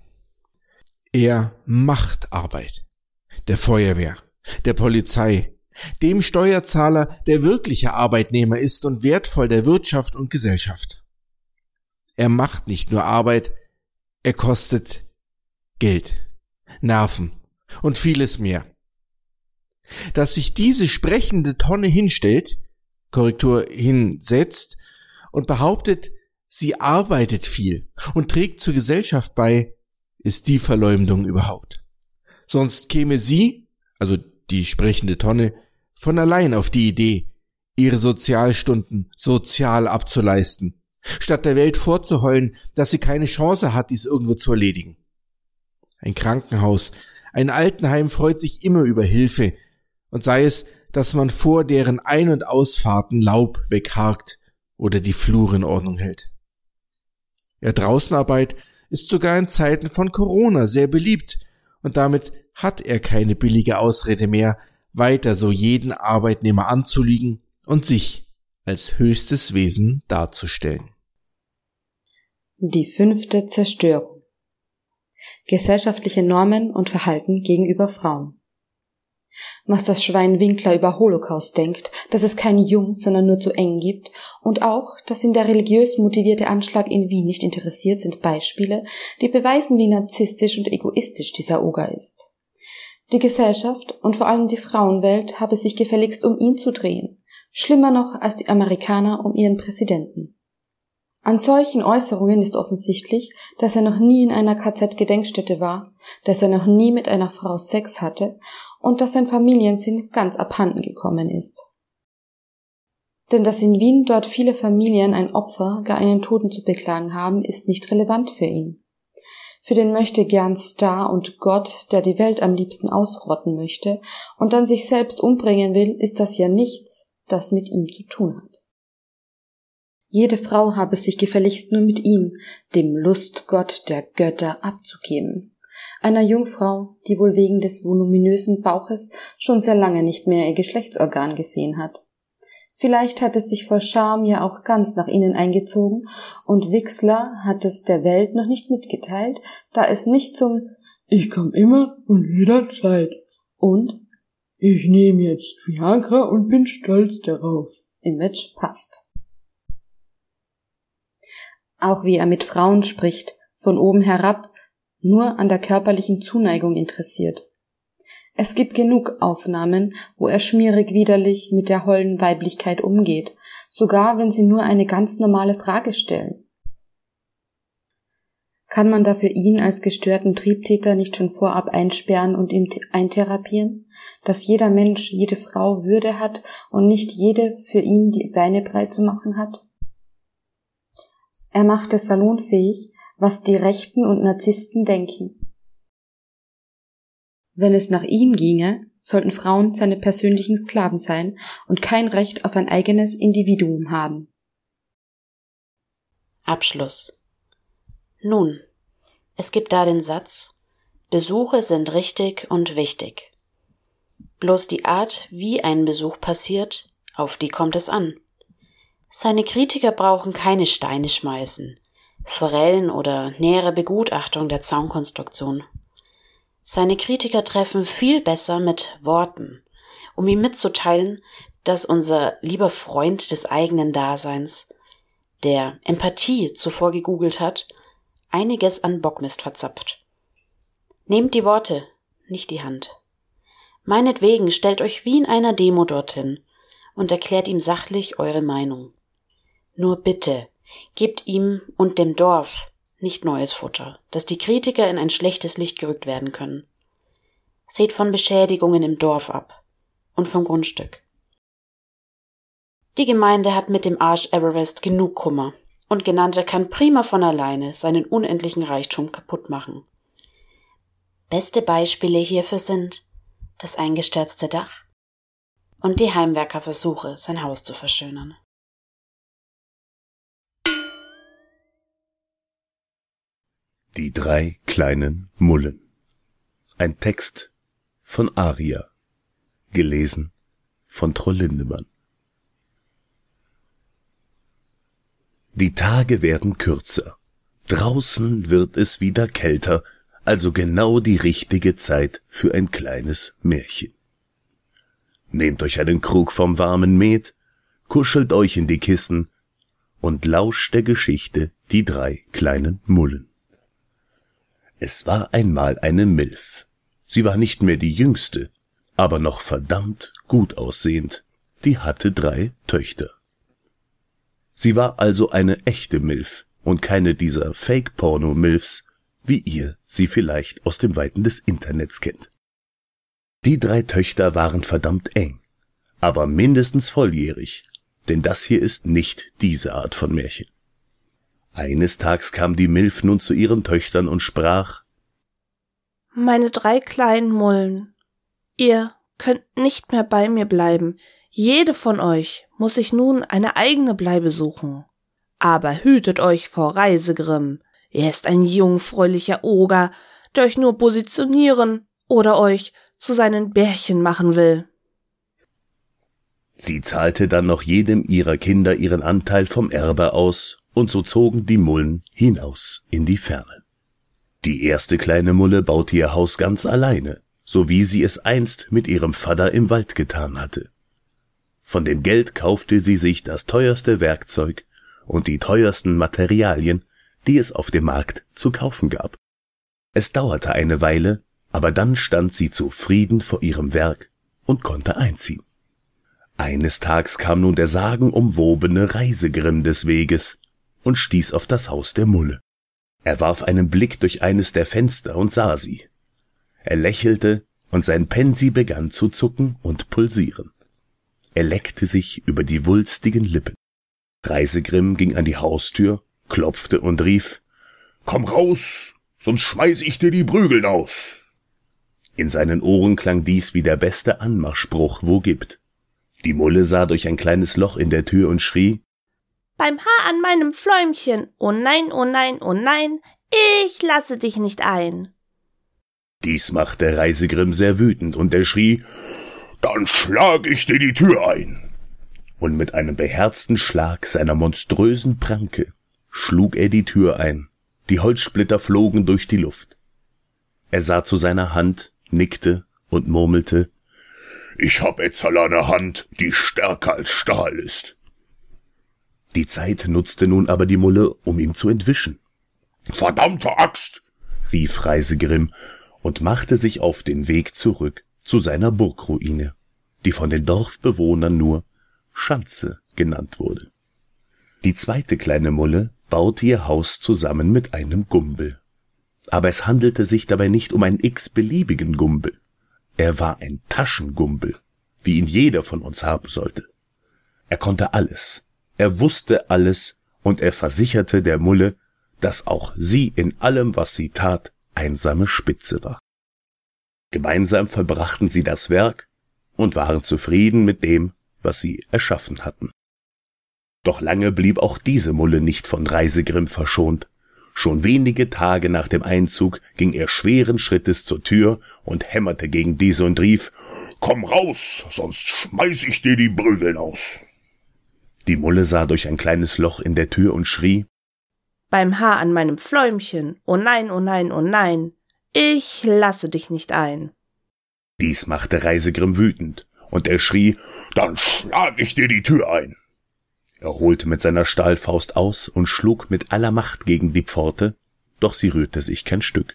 A: Er macht Arbeit. Der Feuerwehr, der Polizei, dem Steuerzahler, der wirkliche Arbeitnehmer ist und wertvoll der Wirtschaft und Gesellschaft. Er macht nicht nur Arbeit, er kostet Geld, Nerven und vieles mehr. Dass sich diese sprechende Tonne hinstellt, Korrektur hinsetzt und behauptet, sie arbeitet viel und trägt zur Gesellschaft bei, ist die Verleumdung überhaupt. Sonst käme sie, also die sprechende Tonne, von allein auf die Idee, ihre Sozialstunden sozial abzuleisten, statt der Welt vorzuheulen, dass sie keine Chance hat, dies irgendwo zu erledigen. Ein Krankenhaus, ein Altenheim freut sich immer über Hilfe, und sei es, dass man vor deren Ein- und Ausfahrten Laub wegharkt oder die Flure in Ordnung hält. Ja, Draußenarbeit ist sogar in Zeiten von Corona sehr beliebt, und damit hat er keine billige Ausrede mehr, weiter so jeden Arbeitnehmer anzulügen und sich als höchstes Wesen darzustellen.
G: Die 5. Zerstörung. Gesellschaftliche Normen und Verhalten gegenüber Frauen. Was das Schwein Winkler über Holocaust denkt, dass es kein Jung, sondern nur zu eng gibt, und auch, dass ihn der religiös motivierte Anschlag in Wien nicht interessiert, sind Beispiele, die beweisen, wie narzisstisch und egoistisch dieser Oger ist. Die Gesellschaft und vor allem die Frauenwelt habe sich gefälligst um ihn zu drehen, schlimmer noch als die Amerikaner um ihren Präsidenten. An solchen Äußerungen ist offensichtlich, dass er noch nie in einer KZ-Gedenkstätte war, dass er noch nie mit einer Frau Sex hatte und dass sein Familiensinn ganz abhanden gekommen ist. Denn dass in Wien dort viele Familien ein Opfer, gar einen Toten zu beklagen haben, ist nicht relevant für ihn. Für den Möchtegern Star und Gott, der die Welt am liebsten ausrotten möchte und dann sich selbst umbringen will, ist das ja nichts, das mit ihm zu tun hat. Jede Frau habe sich gefälligst nur mit ihm, dem Lustgott der Götter, abzugeben. Einer Jungfrau, die wohl wegen des voluminösen Bauches schon sehr lange nicht mehr ihr Geschlechtsorgan gesehen hat. Vielleicht hat es sich vor Scham ja auch ganz nach innen eingezogen und Wixler hat es der Welt noch nicht mitgeteilt, da es nicht zum »Ich komm immer und jederzeit« und »Ich nehme jetzt Viagra und bin stolz darauf« Image passt. Auch wie er mit Frauen spricht, von oben herab, nur an der körperlichen Zuneigung interessiert. Es gibt genug Aufnahmen, wo er schmierig widerlich mit der holden Weiblichkeit umgeht, sogar wenn sie nur eine ganz normale Frage stellen. Kann man dafür ihn als gestörten Triebtäter nicht schon vorab einsperren und ihm eintherapieren, dass jeder Mensch, jede Frau Würde hat und nicht jede für ihn die Beine breit zu machen hat? Er macht es salonfähig, was die Rechten und Narzissten denken. Wenn es nach ihm ginge, sollten Frauen seine persönlichen Sklaven sein und kein Recht auf ein eigenes Individuum haben.
D: Abschluss. Nun, es gibt da den Satz, Besuche sind richtig und wichtig. Bloß die Art, wie ein Besuch passiert, auf die kommt es an. Seine Kritiker brauchen keine Steine schmeißen, Forellen oder nähere Begutachtung der Zaunkonstruktion. Seine Kritiker treffen viel besser mit Worten, um ihm mitzuteilen, dass unser lieber Freund des eigenen Daseins, der Empathie zuvor gegoogelt hat, einiges an Bockmist verzapft. Nehmt die Worte, nicht die Hand. Meinetwegen stellt euch wie in einer Demo dorthin und erklärt ihm sachlich eure Meinung. Nur bitte, gebt ihm und dem Dorf nicht neues Futter, dass die Kritiker in ein schlechtes Licht gerückt werden können. Seht von Beschädigungen im Dorf ab und vom Grundstück. Die Gemeinde hat mit dem Arsch Everest genug Kummer und Genannter kann prima von alleine seinen unendlichen Reichtum kaputt machen. Beste Beispiele hierfür sind das eingestürzte Dach und die Heimwerkerversuche, sein Haus zu verschönern.
E: Die 3 kleinen Mullen. Ein Text von Aria. Gelesen von Troll Lindemann. Die Tage werden kürzer. Draußen wird es wieder kälter, also genau die richtige Zeit für ein kleines Märchen. Nehmt euch einen Krug vom warmen Met, kuschelt euch in die Kissen und lauscht der Geschichte Die 3 kleinen Mullen. Es war einmal eine Milf. Sie war nicht mehr die jüngste, aber noch verdammt gut aussehend. Die hatte 3 Töchter. Sie war also eine echte Milf und keine dieser Fake-Porno-Milfs, wie ihr sie vielleicht aus dem Weiten des Internets kennt. Die 3 Töchter waren verdammt eng, aber mindestens volljährig, denn das hier ist nicht diese Art von Märchen. Eines Tages kam die Milf nun zu ihren Töchtern und sprach:
C: Meine 3 kleinen Mullen, ihr könnt nicht mehr bei mir bleiben. Jede von euch muss sich nun eine eigene Bleibe suchen. Aber hütet euch vor Reisegrimm. Er ist ein jungfräulicher Oger, der euch nur positionieren oder euch zu seinen Bärchen machen will.
E: Sie zahlte dann noch jedem ihrer Kinder ihren Anteil vom Erbe aus, und so zogen die Mullen hinaus in die Ferne. Die erste kleine Mulle baute ihr Haus ganz alleine, so wie sie es einst mit ihrem Vater im Wald getan hatte. Von dem Geld kaufte sie sich das teuerste Werkzeug und die teuersten Materialien, die es auf dem Markt zu kaufen gab. Es dauerte eine Weile, aber dann stand sie zufrieden vor ihrem Werk und konnte einziehen. Eines Tages kam nun der sagenumwobene Reisegrimm des Weges und stieß auf das Haus der Mulle. Er warf einen Blick durch eines der Fenster und sah sie. Er lächelte und sein Pensi begann zu zucken und pulsieren. Er leckte sich über die wulstigen Lippen. Reisegrimm ging an die Haustür, klopfte und rief: »Komm raus, sonst schmeiß ich dir die Prügel aus!« In seinen Ohren klang dies wie der beste Anmachspruch, wo gibt. Die Mulle sah durch ein kleines Loch in der Tür und schrie:
C: Beim Haar an meinem Fläumchen, oh nein, oh nein, oh nein, ich lasse dich nicht ein.
E: Dies machte Reisegrimm sehr wütend und er schrie: »Dann schlag ich dir die Tür ein!« Und mit einem beherzten Schlag seiner monströsen Pranke schlug er die Tür ein. Die Holzsplitter flogen durch die Luft. Er sah zu seiner Hand, nickte und murmelte: »Ich hab etzerl eine Hand, die stärker als Stahl ist.« Die Zeit nutzte nun aber die Mulle, um ihm zu entwischen. »Verdammte Axt!« rief Reisegrimm und machte sich auf den Weg zurück zu seiner Burgruine, die von den Dorfbewohnern nur Schanze genannt wurde. Die zweite kleine Mulle baute ihr Haus zusammen mit einem Gumbel. Aber es handelte sich dabei nicht um einen x-beliebigen Gumbel. Er war ein Taschengumbel, wie ihn jeder von uns haben sollte. Er konnte alles, er wusste alles und er versicherte der Mulle, dass auch sie in allem, was sie tat, einsame Spitze war. Gemeinsam vollbrachten sie das Werk und waren zufrieden mit dem, was sie erschaffen hatten. Doch lange blieb auch diese Mulle nicht von Reisegrimm verschont. Schon wenige Tage nach dem Einzug ging er schweren Schrittes zur Tür und hämmerte gegen diese und rief: »Komm raus, sonst schmeiß ich dir die Prügel aus!« Die Mulle sah durch ein kleines Loch in der Tür und schrie:
C: Beim Haar an meinem Fläumchen, oh nein, oh nein, oh nein, ich lasse dich nicht ein.
E: Dies machte Reisegrimm wütend, und er schrie: »Dann schlag ich dir die Tür ein!« Er holte mit seiner Stahlfaust aus und schlug mit aller Macht gegen die Pforte, doch sie rührte sich kein Stück.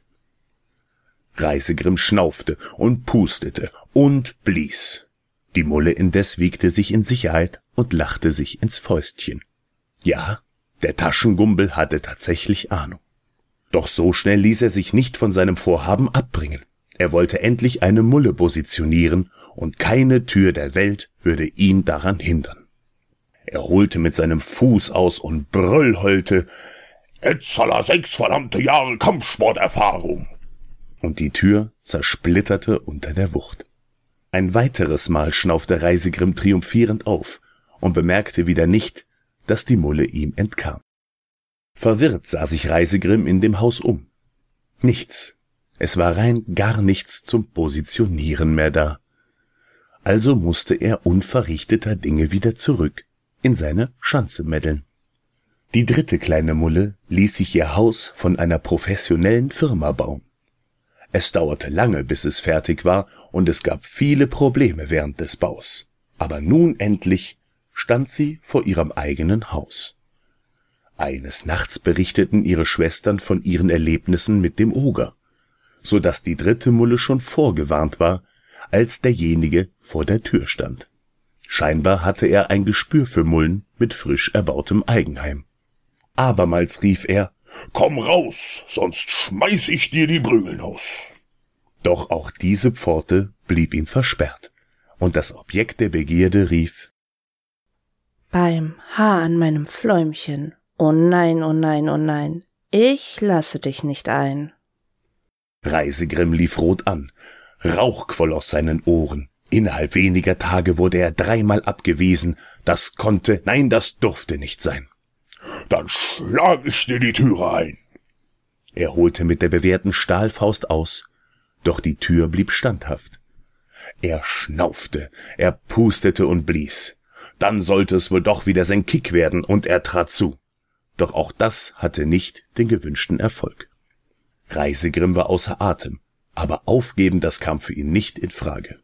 E: Reisegrimm schnaufte und pustete und blies. Die Mulle indes wiegte sich in Sicherheit und lachte sich ins Fäustchen. Ja, der Taschengumbel hatte tatsächlich Ahnung. Doch so schnell ließ er sich nicht von seinem Vorhaben abbringen. Er wollte endlich eine Mulle positionieren, und keine Tür der Welt würde ihn daran hindern. Er holte mit seinem Fuß aus und brüllheulte: »Etzerl 6 verdammte Jahre Kampfsporterfahrung!« Und die Tür zersplitterte unter der Wucht. Ein weiteres Mal schnaufte Reisegrimm triumphierend auf und bemerkte wieder nicht, dass die Mulle ihm entkam. Verwirrt sah sich Reisegrimm in dem Haus um. Nichts. Es war rein gar nichts zum Positionieren mehr da. Also musste er unverrichteter Dinge wieder zurück in seine Schanze meddeln. Die dritte kleine Mulle ließ sich ihr Haus von einer professionellen Firma bauen. Es dauerte lange, bis es fertig war, und es gab viele Probleme während des Baus. Aber nun endlich stand sie vor ihrem eigenen Haus. Eines Nachts berichteten ihre Schwestern von ihren Erlebnissen mit dem Oger, so dass die dritte Mulle schon vorgewarnt war, als derjenige vor der Tür stand. Scheinbar hatte er ein Gespür für Mullen mit frisch erbautem Eigenheim. Abermals rief er: »Komm raus, sonst schmeiß ich dir die Prügel aus.« Doch auch diese Pforte blieb ihm versperrt, und das Objekt der Begierde rief:
C: »Beim Haar an meinem Fläumchen, oh nein, oh nein, oh nein, ich lasse dich nicht ein.«
E: Reisegrim lief rot an, Rauch quoll aus seinen Ohren. Innerhalb weniger Tage wurde er 3-mal abgewiesen. Das konnte, nein, das durfte nicht sein. »Dann schlag ich dir die Türe ein.« Er holte mit der bewehrten Stahlfaust aus, doch die Tür blieb standhaft. Er schnaufte, er pustete und blies. Dann sollte es wohl doch wieder sein Kick werden, und er trat zu. Doch auch das hatte nicht den gewünschten Erfolg. Reisegrim war außer Atem, aber aufgeben, das kam für ihn nicht in Frage.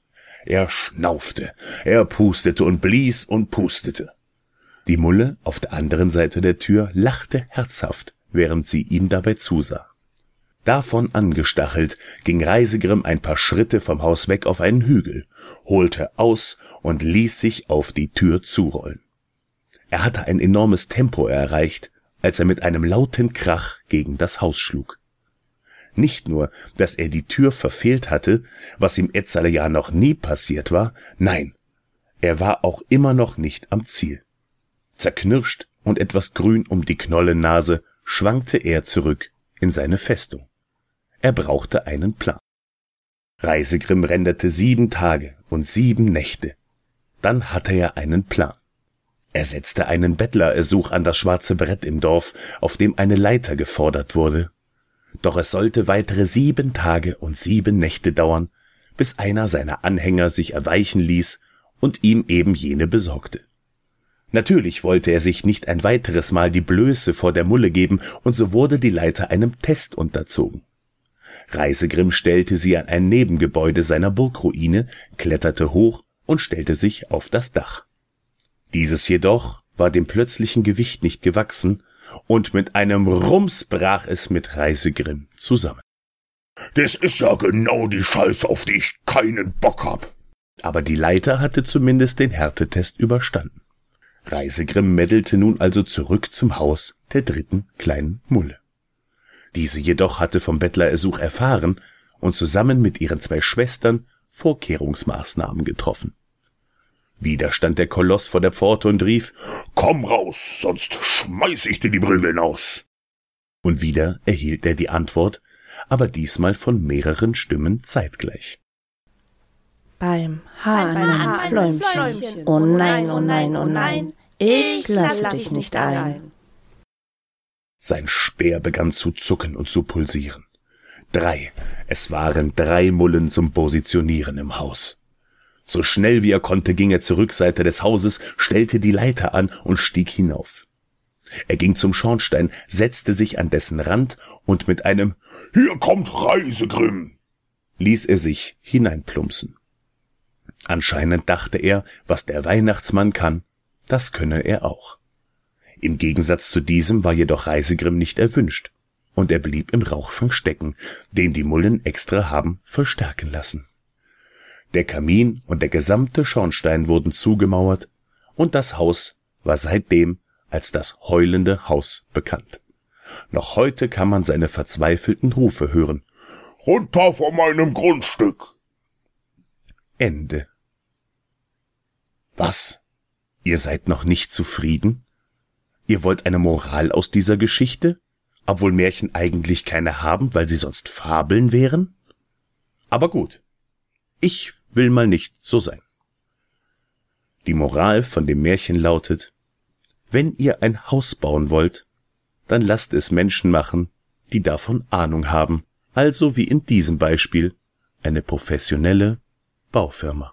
E: Er schnaufte, er pustete und blies und pustete. Die Mulle auf der anderen Seite der Tür lachte herzhaft, während sie ihm dabei zusah. Davon angestachelt ging Reisegrim ein paar Schritte vom Haus weg auf einen Hügel, holte aus und ließ sich auf die Tür zurollen. Er hatte ein enormes Tempo erreicht, als er mit einem lauten Krach gegen das Haus schlug. Nicht nur, dass er die Tür verfehlt hatte, was ihm Etzerle ja noch nie passiert war, nein, er war auch immer noch nicht am Ziel. Zerknirscht und etwas grün um die Knollennase schwankte er zurück in seine Festung. Er brauchte einen Plan. Reisegrim renderte 7 Tage und 7 Nächte. Dann hatte er einen Plan. Er setzte einen Bettlerersuch an das schwarze Brett im Dorf, auf dem eine Leiter gefordert wurde. Doch es sollte weitere 7 Tage und 7 Nächte dauern, bis einer seiner Anhänger sich erweichen ließ und ihm eben jene besorgte. Natürlich wollte er sich nicht ein weiteres Mal die Blöße vor der Mulle geben, und so wurde die Leiter einem Test unterzogen. Reisegrim stellte sie an ein Nebengebäude seiner Burgruine, kletterte hoch und stellte sich auf das Dach. Dieses jedoch war dem plötzlichen Gewicht nicht gewachsen, und mit einem Rums brach es mit Reisegrim zusammen. »Das ist ja genau die Scheiße, auf die ich keinen Bock hab.« Aber die Leiter hatte zumindest den Härtetest überstanden. Reisegrim meddelte nun also zurück zum Haus der dritten kleinen Mulle. Diese jedoch hatte vom Bettlerersuch erfahren und zusammen mit ihren 2 Schwestern Vorkehrungsmaßnahmen getroffen. Wieder stand der Koloss vor der Pforte und rief: »Komm raus, sonst schmeiß ich dir die Prügel aus.« Und wieder erhielt er die Antwort, aber diesmal von mehreren Stimmen zeitgleich.
C: »Beim Haar an meinem Fläumchen, oh nein, oh nein, oh nein, ich lasse dich nicht ein.«
E: Sein Speer begann zu zucken und zu pulsieren. 3, es waren 3 Mullen zum Positionieren im Haus. So schnell wie er konnte, ging er zur Rückseite des Hauses, stellte die Leiter an und stieg hinauf. Er ging zum Schornstein, setzte sich an dessen Rand und mit einem »Hier kommt Reisegrim« ließ er sich hineinplumpsen. Anscheinend dachte er, was der Weihnachtsmann kann, das könne er auch. Im Gegensatz zu diesem war jedoch Reisegrim nicht erwünscht, und er blieb im Rauchfang stecken, den die Mullen extra haben verstärken lassen. Der Kamin und der gesamte Schornstein wurden zugemauert, und das Haus war seitdem als das heulende Haus bekannt. Noch heute kann man seine verzweifelten Rufe hören. »Runter von meinem Grundstück!« Ende. Was? Ihr seid noch nicht zufrieden? Ihr wollt eine Moral aus dieser Geschichte, obwohl Märchen eigentlich keine haben, weil sie sonst Fabeln wären? Aber gut, ich will mal nicht so sein. Die Moral von dem Märchen lautet: Wenn ihr ein Haus bauen wollt, dann lasst es Menschen machen, die davon Ahnung haben, also wie in diesem Beispiel eine professionelle Baufirma.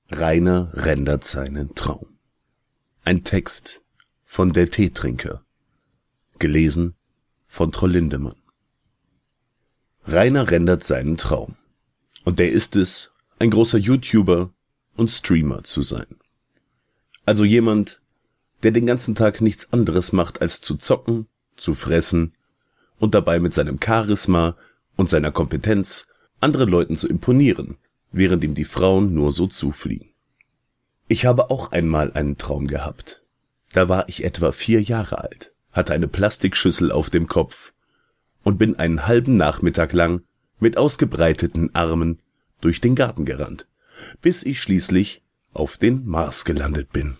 E: Rainer rendert seinen Traum. Ein Text von Der Teetrinker. Gelesen von Troll Lindemann. Rainer rendert seinen Traum. Und der ist es, ein großer YouTuber und Streamer zu sein. Also jemand, der den ganzen Tag nichts anderes macht, als zu zocken, zu fressen und dabei mit seinem Charisma und seiner Kompetenz anderen Leuten zu imponieren, während ihm die Frauen nur so zufliegen. Ich habe auch einmal einen Traum gehabt. Da war ich etwa 4 Jahre alt, hatte eine Plastikschüssel auf dem Kopf und bin einen halben Nachmittag lang mit ausgebreiteten Armen durch den Garten gerannt, bis ich schließlich auf den Mars gelandet bin.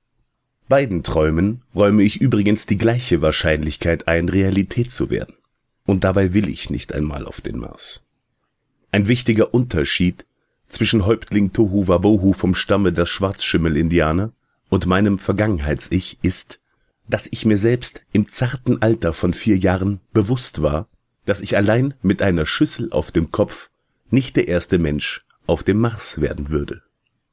E: Beiden Träumen räume ich übrigens die gleiche Wahrscheinlichkeit ein, Realität zu werden. Und dabei will ich nicht einmal auf den Mars. Ein wichtiger Unterschied zwischen Häuptling Tohu Wabohu vom Stamme der Schwarzschimmel-Indianer und meinem Vergangenheits-Ich ist, dass ich mir selbst im zarten Alter von 4 Jahren bewusst war, dass ich allein mit einer Schüssel auf dem Kopf nicht der erste Mensch auf dem Mars werden würde.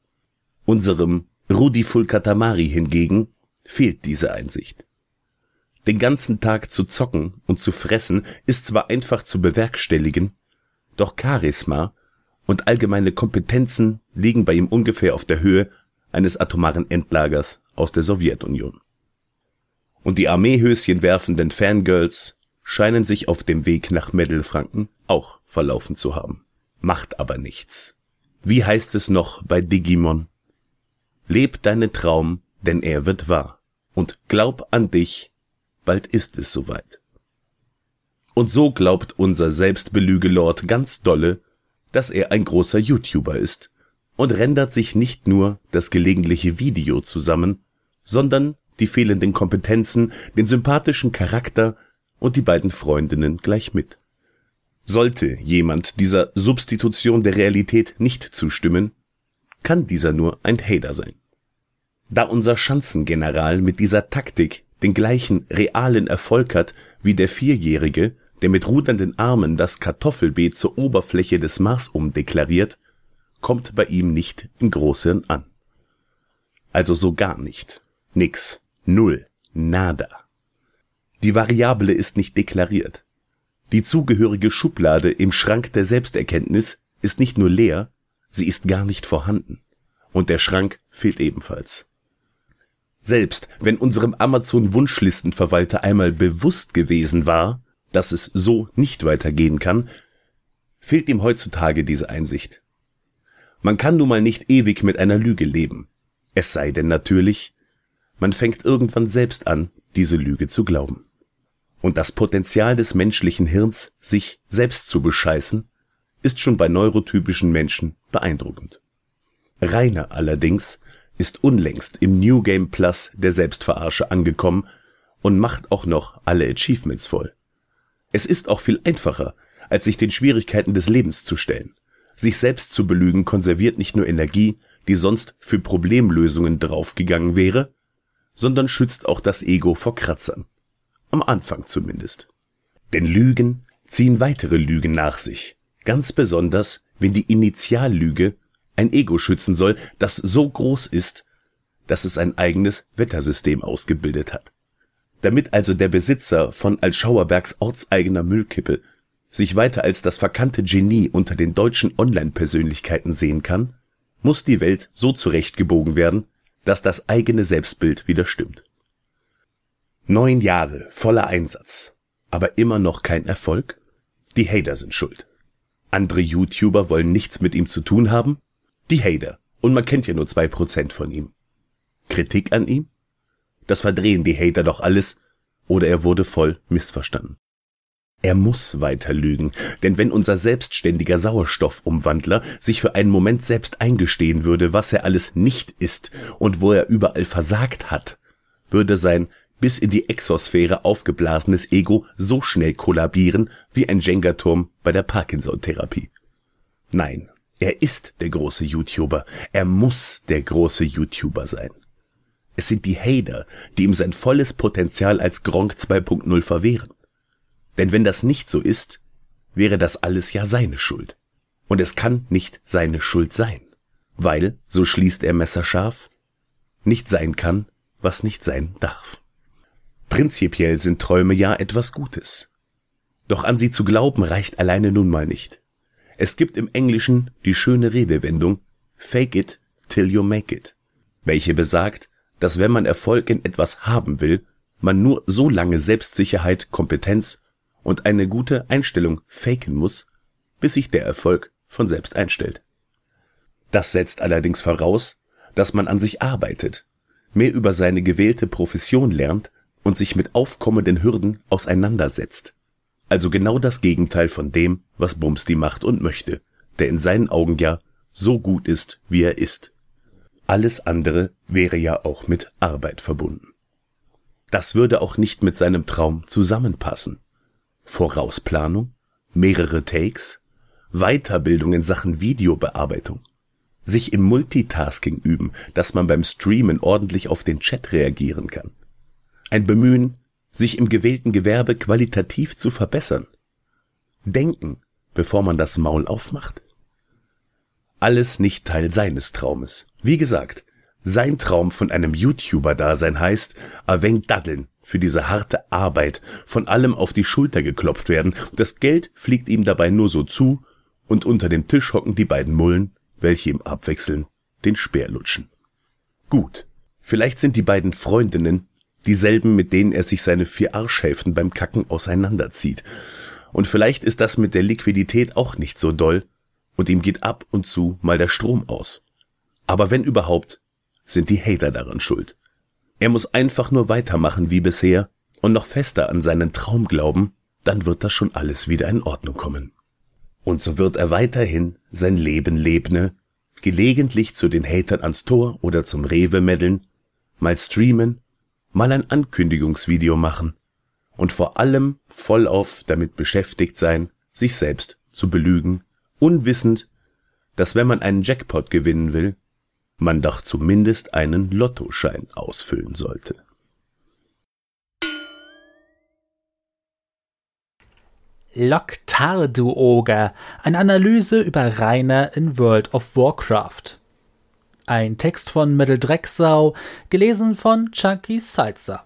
E: Unserem Rudi Fulkatamari hingegen fehlt diese Einsicht. Den ganzen Tag zu zocken und zu fressen ist zwar einfach zu bewerkstelligen, doch Charisma und allgemeine Kompetenzen liegen bei ihm ungefähr auf der Höhe eines atomaren Endlagers aus der Sowjetunion. Und die Armeehöschen werfenden Fangirls scheinen sich auf dem Weg nach Meddelfranken auch verlaufen zu haben. Macht aber nichts. Wie heißt es noch bei Digimon? Leb deinen Traum, denn er wird wahr. Und glaub an dich, bald ist es soweit. Und so glaubt unser Selbstbelügelord ganz dolle, dass er ein großer YouTuber ist und rendert sich nicht nur das gelegentliche Video zusammen, sondern die fehlenden Kompetenzen, den sympathischen Charakter und die beiden Freundinnen gleich mit. Sollte jemand dieser Substitution der Realität nicht zustimmen, kann dieser nur ein Hater sein. Da unser Schanzengeneral mit dieser Taktik den gleichen realen Erfolg hat wie der 4-Jährige, der mit rudernden Armen das Kartoffelbeet zur Oberfläche des Mars umdeklariert, kommt bei ihm nicht im Großen an. Also so gar nicht. Nix. Null. Nada. Die Variable ist nicht deklariert. Die zugehörige Schublade im Schrank der Selbsterkenntnis ist nicht nur leer, sie ist gar nicht vorhanden. Und der Schrank fehlt ebenfalls. Selbst wenn unserem Amazon-Wunschlistenverwalter einmal bewusst gewesen war, dass es so nicht weitergehen kann, fehlt ihm heutzutage diese Einsicht. Man kann nun mal nicht ewig mit einer Lüge leben. Es sei denn natürlich, man fängt irgendwann selbst an, diese Lüge zu glauben. Und das Potenzial des menschlichen Hirns, sich selbst zu bescheißen, ist schon bei neurotypischen Menschen beeindruckend. Rainer allerdings ist unlängst im New Game Plus der Selbstverarsche angekommen und macht auch noch alle Achievements voll. Es ist auch viel einfacher, als sich den Schwierigkeiten des Lebens zu stellen. Sich selbst zu belügen konserviert nicht nur Energie, die sonst für Problemlösungen draufgegangen wäre, sondern schützt auch das Ego vor Kratzern. Am Anfang zumindest. Denn Lügen ziehen weitere Lügen nach sich. Ganz besonders, wenn die Initiallüge ein Ego schützen soll, das so groß ist, dass es ein eigenes Wettersystem ausgebildet hat. Damit also der Besitzer von Altschauerbergs ortseigener Müllkippe sich weiter als das verkannte Genie unter den deutschen Online-Persönlichkeiten sehen kann, muss die Welt so zurechtgebogen werden, dass das eigene Selbstbild wieder stimmt. 9 Jahre voller Einsatz, aber immer noch kein Erfolg? Die Hater sind schuld. Andere YouTuber wollen nichts mit ihm zu tun haben? Die Hater. Und man kennt ja nur 2% von ihm. Kritik an ihm? Das verdrehen die Hater doch alles, oder er wurde voll missverstanden. Er muss weiter lügen, denn wenn unser selbstständiger Sauerstoffumwandler sich für einen Moment selbst eingestehen würde, was er alles nicht ist und wo er überall versagt hat, würde sein bis in die Exosphäre aufgeblasenes Ego so schnell kollabieren wie ein Jenga-Turm bei der Parkinson-Therapie. Nein, er ist der große YouTuber. Er muss der große YouTuber sein. Es sind die Hater, die ihm sein volles Potenzial als Gronkh 2.0 verwehren. Denn wenn das nicht so ist, wäre das alles ja seine Schuld. Und es kann nicht seine Schuld sein. weil, so schließt er messerscharf, nicht sein kann, was nicht sein darf. Prinzipiell sind Träume ja etwas Gutes. Doch an sie zu glauben reicht alleine nun mal nicht. Es gibt im Englischen die schöne Redewendung Fake it till you make it, welche besagt, dass wenn man Erfolg in etwas haben will, man nur so lange Selbstsicherheit, Kompetenz und eine gute Einstellung faken muss, bis sich der Erfolg von selbst einstellt. Das setzt allerdings voraus, dass man an sich arbeitet, mehr über seine gewählte Profession lernt und sich mit aufkommenden Hürden auseinandersetzt. Also genau das Gegenteil von dem, was Bumsti macht und möchte, der in seinen Augen ja so gut ist, wie er ist. Alles andere wäre ja auch mit Arbeit verbunden. Das würde auch nicht mit seinem Traum zusammenpassen. Vorausplanung, mehrere Takes, Weiterbildung in Sachen Videobearbeitung, sich im Multitasking üben, dass man beim Streamen ordentlich auf den Chat reagieren kann. Ein Bemühen, sich im gewählten Gewerbe qualitativ zu verbessern. Denken, bevor man das Maul aufmacht. Alles nicht Teil seines Traumes. Wie gesagt, sein Traum von einem YouTuber-Dasein heißt, ein wenig daddeln, für diese harte Arbeit, von allem auf die Schulter geklopft werden. Das Geld fliegt ihm dabei nur so zu und unter dem Tisch hocken die beiden Mullen, welche ihm abwechseln, den Speer lutschen. Gut, vielleicht sind die beiden Freundinnen dieselben, mit denen er sich seine 4 Arschhälften beim Kacken auseinanderzieht. Und vielleicht ist das mit der Liquidität auch nicht so doll und ihm geht ab und zu mal der Strom aus. Aber wenn überhaupt, sind die Hater daran schuld. Er muss einfach nur weitermachen wie bisher und noch fester an seinen Traum glauben, dann wird das schon alles wieder in Ordnung kommen. Und so wird er weiterhin sein Leben lebne, gelegentlich zu den Hatern ans Tor oder zum Rewe meddeln, mal streamen, mal ein Ankündigungsvideo machen und vor allem vollauf damit beschäftigt sein, sich selbst zu belügen, unwissend, dass wenn man einen Jackpot gewinnen will, man doch zumindest einen Lottoschein ausfüllen sollte.
H: Loktar, du Oger, eine Analyse über Rainer in World of Warcraft. Ein Text von Mitteldrecksau, gelesen von Chunky Salzer.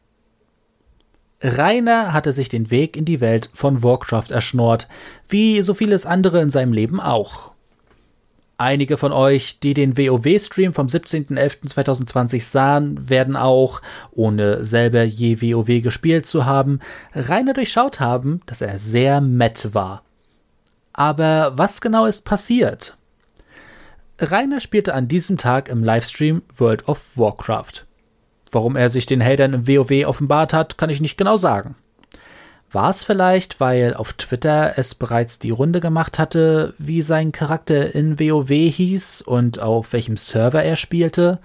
H: Rainer hatte sich den Weg in die Welt von Warcraft erschnort, wie so vieles andere in seinem Leben auch. Einige von euch, die den WoW-Stream vom 17.11.2020 sahen, werden auch, ohne selber je WoW gespielt zu haben, Rainer durchschaut haben, dass er sehr matt war. Aber was genau ist passiert? Rainer spielte an diesem Tag im Livestream World of Warcraft. Warum er sich den Hatern im WoW offenbart hat, kann ich nicht genau sagen. War es vielleicht, weil auf Twitter es bereits die Runde gemacht hatte, wie sein Charakter in WoW hieß und auf welchem Server er spielte?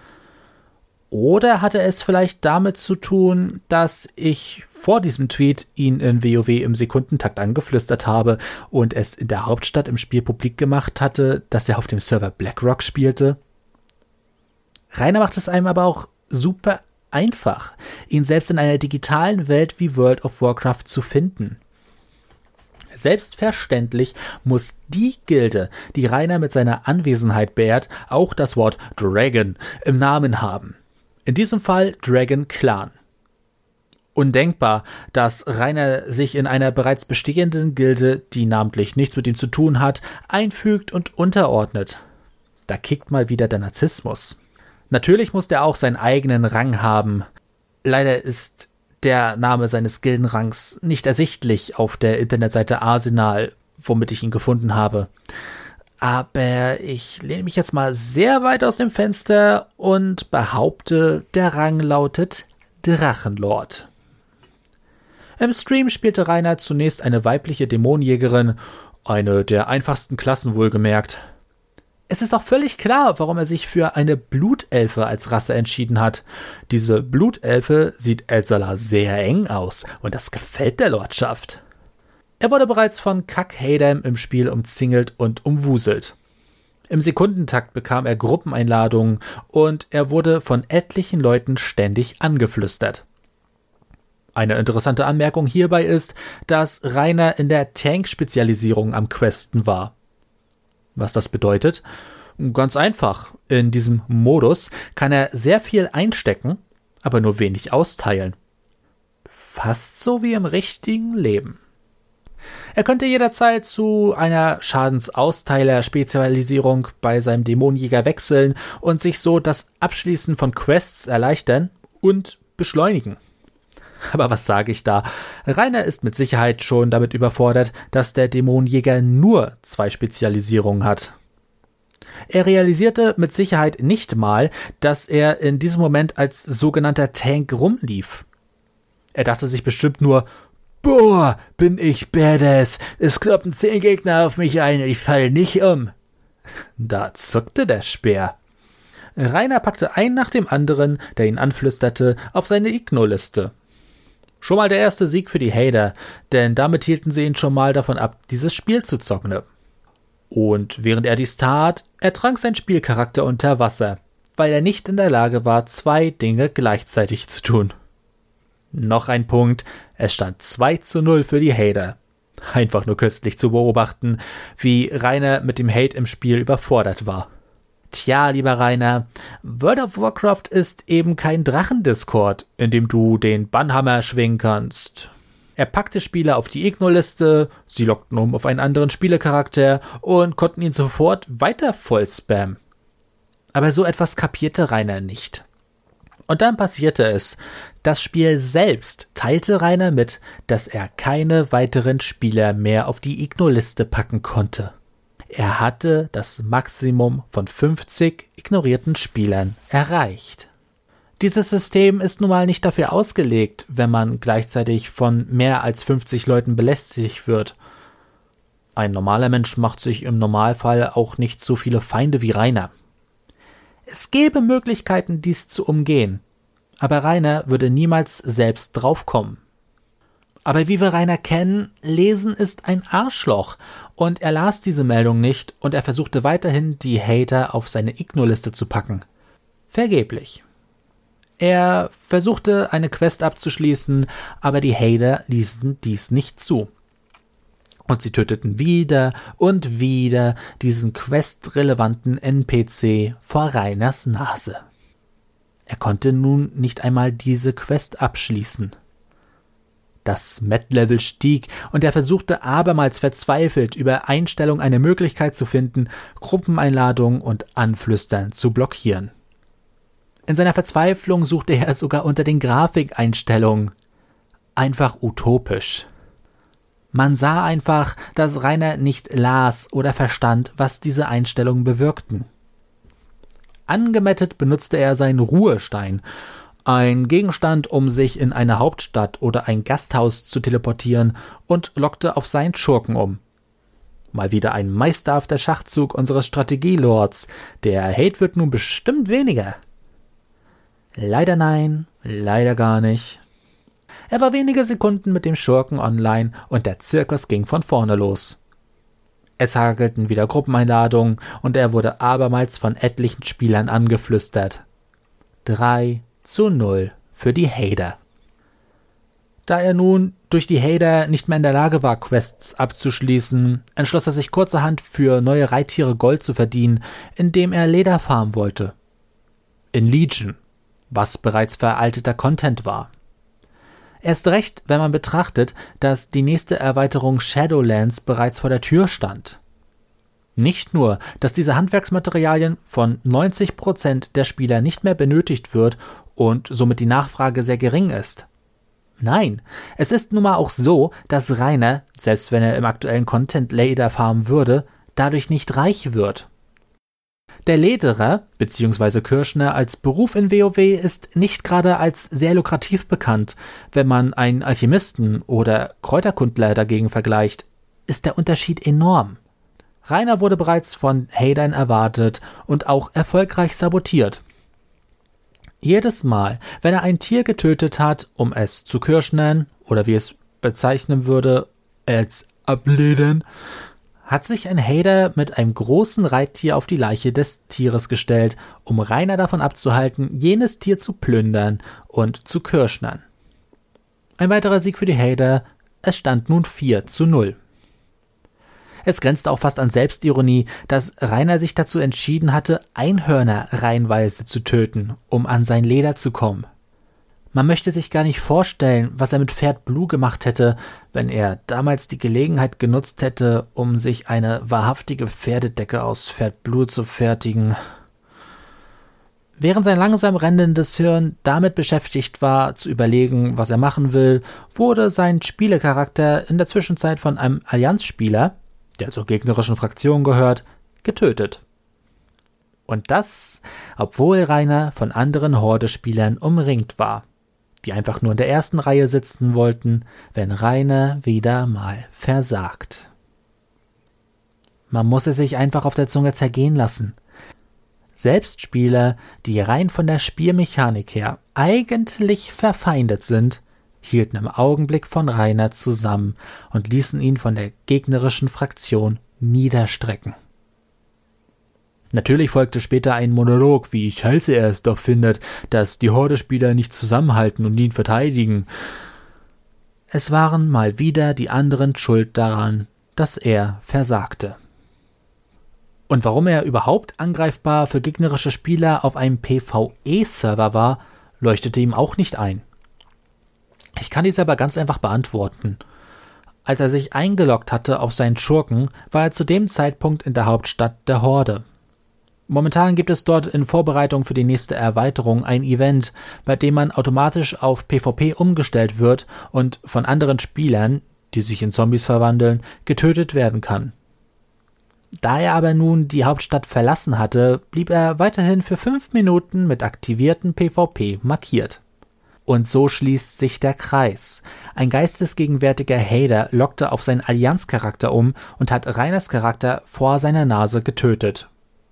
H: Oder hatte es vielleicht damit zu tun, dass ich vor diesem Tweet ihn in WoW im Sekundentakt angeflüstert habe und es in der Hauptstadt im Spiel publik gemacht hatte, dass er auf dem Server Blackrock spielte? Rainer macht es einem aber auch super einfach, ihn selbst in einer digitalen Welt wie World of Warcraft zu finden. Selbstverständlich muss die Gilde, die Rainer mit seiner Anwesenheit beehrt, auch das Wort Dragon im Namen haben. In diesem Fall Dragon Clan. Undenkbar, dass Rainer sich in einer bereits bestehenden Gilde, die namentlich nichts mit ihm zu tun hat, einfügt und unterordnet. Da kickt mal wieder der Narzissmus. Natürlich muss er auch seinen eigenen Rang haben. Leider ist der Name seines Gildenrangs nicht ersichtlich auf der Internetseite Arsenal, womit ich ihn gefunden habe. Aber ich lehne mich jetzt mal sehr weit aus dem Fenster und behaupte, der Rang lautet Drachenlord. Im Stream spielte Rainer zunächst eine weibliche Dämonenjägerin, eine der einfachsten Klassen wohlgemerkt. Es ist auch völlig klar, warum er sich für eine Blutelfe als Rasse entschieden hat. Diese Blutelfe sieht Elzala sehr eng aus und das gefällt der Lordschaft. Er wurde bereits von Kack-Hadam im Spiel umzingelt und umwuselt. Im Sekundentakt bekam er Gruppeneinladungen und er wurde von etlichen Leuten ständig angeflüstert. Eine interessante Anmerkung hierbei ist, dass Rainer in der Tank-Spezialisierung am Questen war. Was das bedeutet? Ganz einfach. In diesem Modus kann er sehr viel einstecken, aber nur wenig austeilen. Fast so wie im richtigen Leben. Er könnte jederzeit zu einer Schadensausteiler-Spezialisierung bei seinem Dämonenjäger wechseln und sich so das Abschließen von Quests erleichtern und beschleunigen. Aber was sage ich da? Rainer ist mit Sicherheit schon damit überfordert, dass der Dämonenjäger nur 2 Spezialisierungen hat. Er realisierte mit Sicherheit nicht mal, dass er in diesem Moment als sogenannter Tank rumlief. Er dachte sich bestimmt nur, boah, bin ich badass, es kloppen 10 Gegner auf mich ein, ich falle nicht um. Da zuckte der Speer. Rainer packte einen nach dem anderen, der ihn anflüsterte, auf seine Igno-Liste. Schon mal der erste Sieg für die Hater, denn damit hielten sie ihn schon mal davon ab, dieses Spiel zu zocken. Und während er dies tat, ertrank sein Spielcharakter unter Wasser, weil er nicht in der Lage war, 2 Dinge gleichzeitig zu tun. Noch ein Punkt, es stand 2:0 für die Hater. Einfach nur köstlich zu beobachten, wie Rainer mit dem Hate im Spiel überfordert war. Tja, lieber Rainer, World of Warcraft ist eben kein Drachendiscord, in dem du den Bannhammer schwingen kannst. Er packte Spieler auf die Igno-Liste, sie lockten um auf einen anderen Spielecharakter und konnten ihn sofort weiter voll spammen. Aber so etwas kapierte Rainer nicht. Und dann passierte es. Das Spiel selbst teilte Rainer mit, dass er keine weiteren Spieler mehr auf die Igno-Liste packen konnte. Er hatte das Maximum von 50 ignorierten Spielern erreicht. Dieses System ist nun mal nicht dafür ausgelegt, wenn man gleichzeitig von mehr als 50 Leuten belästigt wird. Ein normaler Mensch macht sich im Normalfall auch nicht so viele Feinde wie Rainer. Es gäbe Möglichkeiten, dies zu umgehen, aber Rainer würde niemals selbst draufkommen. Aber wie wir Rainer kennen, Lesen ist ein Arschloch und er las diese Meldung nicht und er versuchte weiterhin, die Hater auf seine Igno-Liste zu packen. Vergeblich. Er versuchte, eine Quest abzuschließen, aber die Hater ließen dies nicht zu. Und sie töteten wieder und wieder diesen questrelevanten NPC vor Rainers Nase. Er konnte nun nicht einmal diese Quest abschließen. Das Met-Level stieg und er versuchte abermals verzweifelt über Einstellung eine Möglichkeit zu finden, Gruppeneinladungen und Anflüstern zu blockieren. In seiner Verzweiflung suchte er sogar unter den Grafikeinstellungen. Einfach utopisch. Man sah einfach, dass Rainer nicht las oder verstand, was diese Einstellungen bewirkten. Angemettet benutzte er seinen Ruhestein, ein Gegenstand, um sich in eine Hauptstadt oder ein Gasthaus zu teleportieren, und lockte auf seinen Schurken um. Mal wieder ein meisterhafter Schachzug unseres Strategielords. Der Hate wird nun bestimmt weniger. Leider nein, leider gar nicht. Er war wenige Sekunden mit dem Schurken online und der Zirkus ging von vorne los. Es hagelten wieder Gruppeneinladungen und er wurde abermals von etlichen Spielern angeflüstert. 3:0 für die Hater. Da er nun durch die Hater nicht mehr in der Lage war, Quests abzuschließen, entschloss er sich kurzerhand für neue Reittiere Gold zu verdienen, indem er Leder farmen wollte. In Legion, was bereits veralteter Content war. Erst recht, wenn man betrachtet, dass die nächste Erweiterung Shadowlands bereits vor der Tür stand. Nicht nur, dass diese Handwerksmaterialien von 90% der Spieler nicht mehr benötigt wird und somit die Nachfrage sehr gering ist. Nein, es ist nun mal auch so, dass Rainer, selbst wenn er im aktuellen Content Leder farmen würde, dadurch nicht reich wird. Der Lederer bzw. Kirschner als Beruf in WoW ist nicht gerade als sehr lukrativ bekannt. Wenn man einen Alchemisten oder Kräuterkundler dagegen vergleicht, ist der Unterschied enorm. Rainer wurde bereits von Hatern erwartet und auch erfolgreich sabotiert. Jedes Mal, wenn er ein Tier getötet hat, um es zu Kirschnern oder wie es bezeichnen würde, als abledern, hat sich ein Hater mit einem großen Reittier auf die Leiche des Tieres gestellt, um Rainer davon abzuhalten, jenes Tier zu plündern und zu Kirschnern. Ein weiterer Sieg für die Hater, es stand nun 4:0. Es grenzte auch fast an Selbstironie, dass Rainer sich dazu entschieden hatte, Einhörner reihenweise zu töten, um an sein Leder zu kommen. Man möchte sich gar nicht vorstellen, was er mit Pferd Blue gemacht hätte, wenn er damals die Gelegenheit genutzt hätte, um sich eine wahrhaftige Pferdedecke aus Pferd Blue zu fertigen. Während sein langsam rennendes Hirn damit beschäftigt war, zu überlegen, was er machen will, wurde sein Spielecharakter in der Zwischenzeit von einem Allianzspieler, der zur gegnerischen Fraktion gehört, getötet. Und das, obwohl Rainer von anderen Horde-Spielern umringt war, die einfach nur in der ersten Reihe sitzen wollten, wenn Rainer wieder mal versagt. Man muss es sich einfach auf der Zunge zergehen lassen. Selbst Spieler, die rein von der Spielmechanik her eigentlich verfeindet sind, hielten im Augenblick von Rainer zusammen und ließen ihn von der gegnerischen Fraktion niederstrecken. Natürlich folgte später ein Monolog, wie scheiße er es doch findet, dass die Horde-Spieler nicht zusammenhalten und ihn verteidigen. Es waren mal wieder die anderen schuld daran, dass er versagte. Und warum er überhaupt angreifbar für gegnerische Spieler auf einem PvE-Server war, leuchtete ihm auch nicht ein. Ich kann dies aber ganz einfach beantworten. Als er sich eingeloggt hatte auf seinen Schurken, war er zu dem Zeitpunkt in der Hauptstadt der Horde. Momentan gibt es dort in Vorbereitung für die nächste Erweiterung ein Event, bei dem man automatisch auf PvP umgestellt wird und von anderen Spielern, die sich in Zombies verwandeln, getötet werden kann. Da er aber nun die Hauptstadt verlassen hatte, blieb er weiterhin für 5 Minuten mit aktiviertem PvP markiert. Und so schließt sich der Kreis. Ein geistesgegenwärtiger Hater lockte auf seinen Allianzcharakter um und hat Rainers Charakter vor seiner Nase getötet.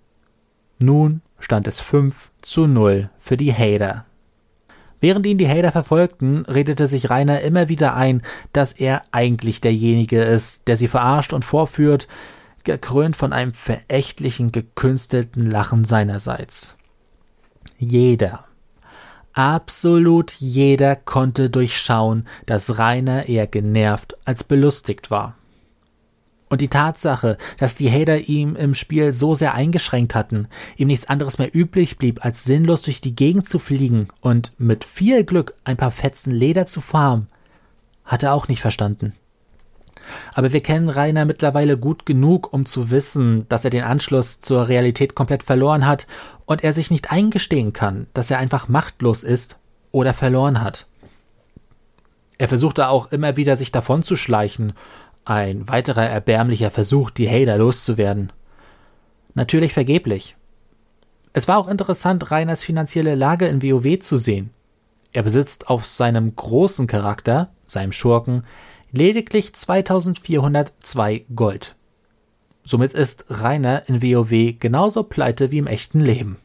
H: Nun stand es 5:0 für die Hater. Während ihn die Hater verfolgten, redete sich Rainer immer wieder ein, dass er eigentlich derjenige ist, der sie verarscht und vorführt, gekrönt von einem verächtlichen, gekünstelten Lachen seinerseits. Jeder, absolut jeder konnte durchschauen, dass Rainer eher genervt als belustigt war. Und die Tatsache, dass die Hater ihm im Spiel so sehr eingeschränkt hatten, ihm nichts anderes mehr übrig blieb, als sinnlos durch die Gegend zu fliegen und mit viel Glück ein paar Fetzen Leder zu farmen, hat er auch nicht verstanden. Aber wir kennen Rainer mittlerweile gut genug, um zu wissen, dass er den Anschluss zur Realität komplett verloren hat und er sich nicht eingestehen kann, dass er einfach machtlos ist oder verloren hat. Er versuchte auch immer wieder, sich davonzuschleichen. Ein weiterer erbärmlicher Versuch, die Hater loszuwerden. Natürlich vergeblich. Es war auch interessant, Rainers finanzielle Lage in WoW zu sehen. Er besitzt auf seinem großen Charakter, seinem Schurken, lediglich 2402 Gold. Somit ist Rainer in WoW genauso pleite wie im echten Leben.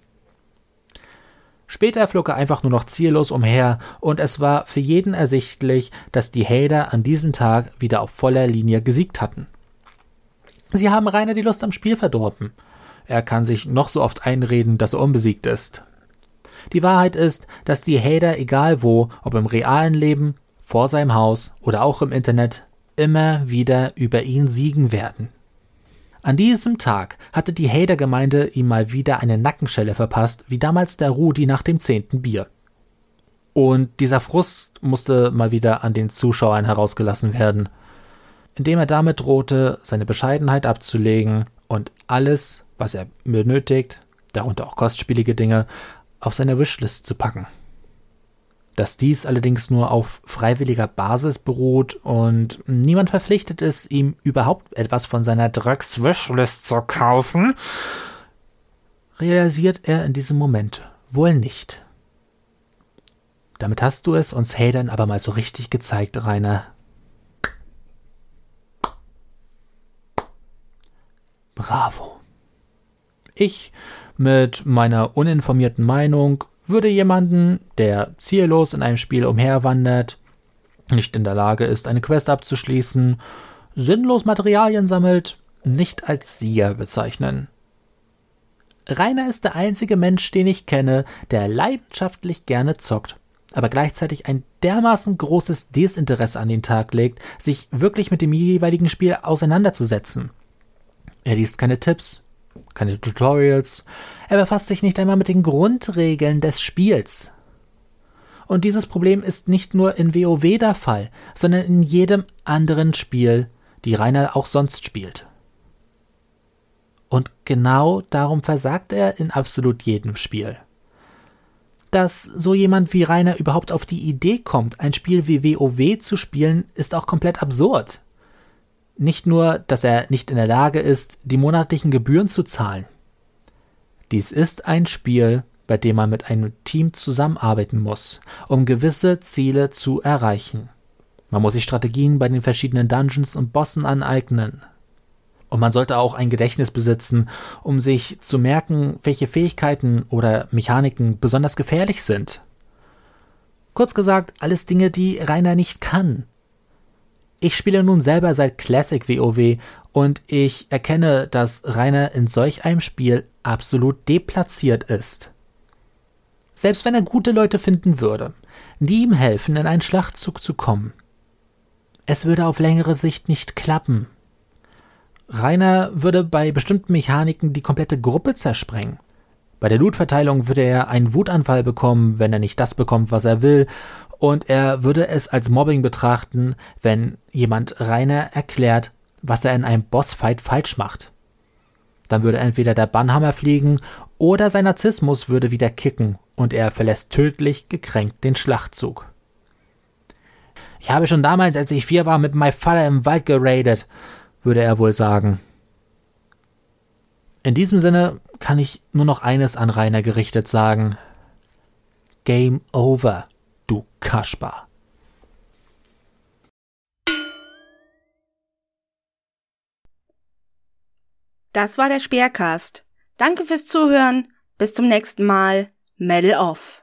H: Später flog er einfach nur noch ziellos umher und es war für jeden ersichtlich, dass die Hater an diesem Tag wieder auf voller Linie gesiegt hatten. Sie haben Rainer die Lust am Spiel verdorben. Er kann sich noch so oft einreden, dass er unbesiegt ist. Die Wahrheit ist, dass die Hater, egal wo, ob im realen Leben, vor seinem Haus oder auch im Internet, immer wieder über ihn siegen werden. An diesem Tag hatte die Hater-Gemeinde ihm mal wieder eine Nackenschelle verpasst, wie damals der Rudi nach dem 10. Bier. Und dieser Frust musste mal wieder an den Zuschauern herausgelassen werden, indem er damit drohte, seine Bescheidenheit abzulegen und alles, was er benötigt, darunter auch kostspielige Dinge, auf seine Wishlist zu packen. Dass dies allerdings nur auf freiwilliger Basis beruht und niemand verpflichtet ist, ihm überhaupt etwas von seiner Drecks-Wishlist zu kaufen, realisiert er in diesem Moment wohl nicht. Damit hast du es uns Hatern aber mal so richtig gezeigt, Rainer. Bravo. Ich mit meiner uninformierten Meinung würde jemanden, der ziellos in einem Spiel umherwandert, nicht in der Lage ist, eine Quest abzuschließen, sinnlos Materialien sammelt, nicht als Sieger bezeichnen. Rainer ist der einzige Mensch, den ich kenne, der leidenschaftlich gerne zockt, aber gleichzeitig ein dermaßen großes Desinteresse an den Tag legt, sich wirklich mit dem jeweiligen Spiel auseinanderzusetzen. Er liest keine Tipps, keine Tutorials, er befasst sich nicht einmal mit den Grundregeln des Spiels. Und dieses Problem ist nicht nur in WoW der Fall, sondern in jedem anderen Spiel, die Rainer auch sonst spielt. Und genau darum versagt er in absolut jedem Spiel. Dass so jemand wie Rainer überhaupt auf die Idee kommt, ein Spiel wie WoW zu spielen, ist auch komplett absurd. Nicht nur, dass er nicht in der Lage ist, die monatlichen Gebühren zu zahlen. Dies ist ein Spiel, bei dem man mit einem Team zusammenarbeiten muss, um gewisse Ziele zu erreichen. Man muss sich Strategien bei den verschiedenen Dungeons und Bossen aneignen. Und man sollte auch ein Gedächtnis besitzen, um sich zu merken, welche Fähigkeiten oder Mechaniken besonders gefährlich sind. Kurz gesagt, alles Dinge, die Rainer nicht kann. Ich spiele nun selber seit Classic WoW und ich erkenne, dass Rainer in solch einem Spiel absolut deplatziert ist. Selbst wenn er gute Leute finden würde, die ihm helfen, in einen Schlachtzug zu kommen. Es würde auf längere Sicht nicht klappen. Rainer würde bei bestimmten Mechaniken die komplette Gruppe zersprengen. Bei der Lootverteilung würde er einen Wutanfall bekommen, wenn er nicht das bekommt, was er will, und er würde es als Mobbing betrachten, wenn jemand Rainer erklärt, was er in einem Bossfight falsch macht. Dann würde entweder der Bannhammer fliegen oder sein Narzissmus würde wieder kicken und er verlässt tödlich gekränkt den Schlachtzug. Ich habe schon damals, als ich 4 war, mit meinem Vater im Wald geradet, würde er wohl sagen. In diesem Sinne kann ich nur noch eines an Rainer gerichtet sagen. Game over, du Kasper.
C: Das war der Speercast. Danke fürs Zuhören. Bis zum nächsten Mal. Medal off.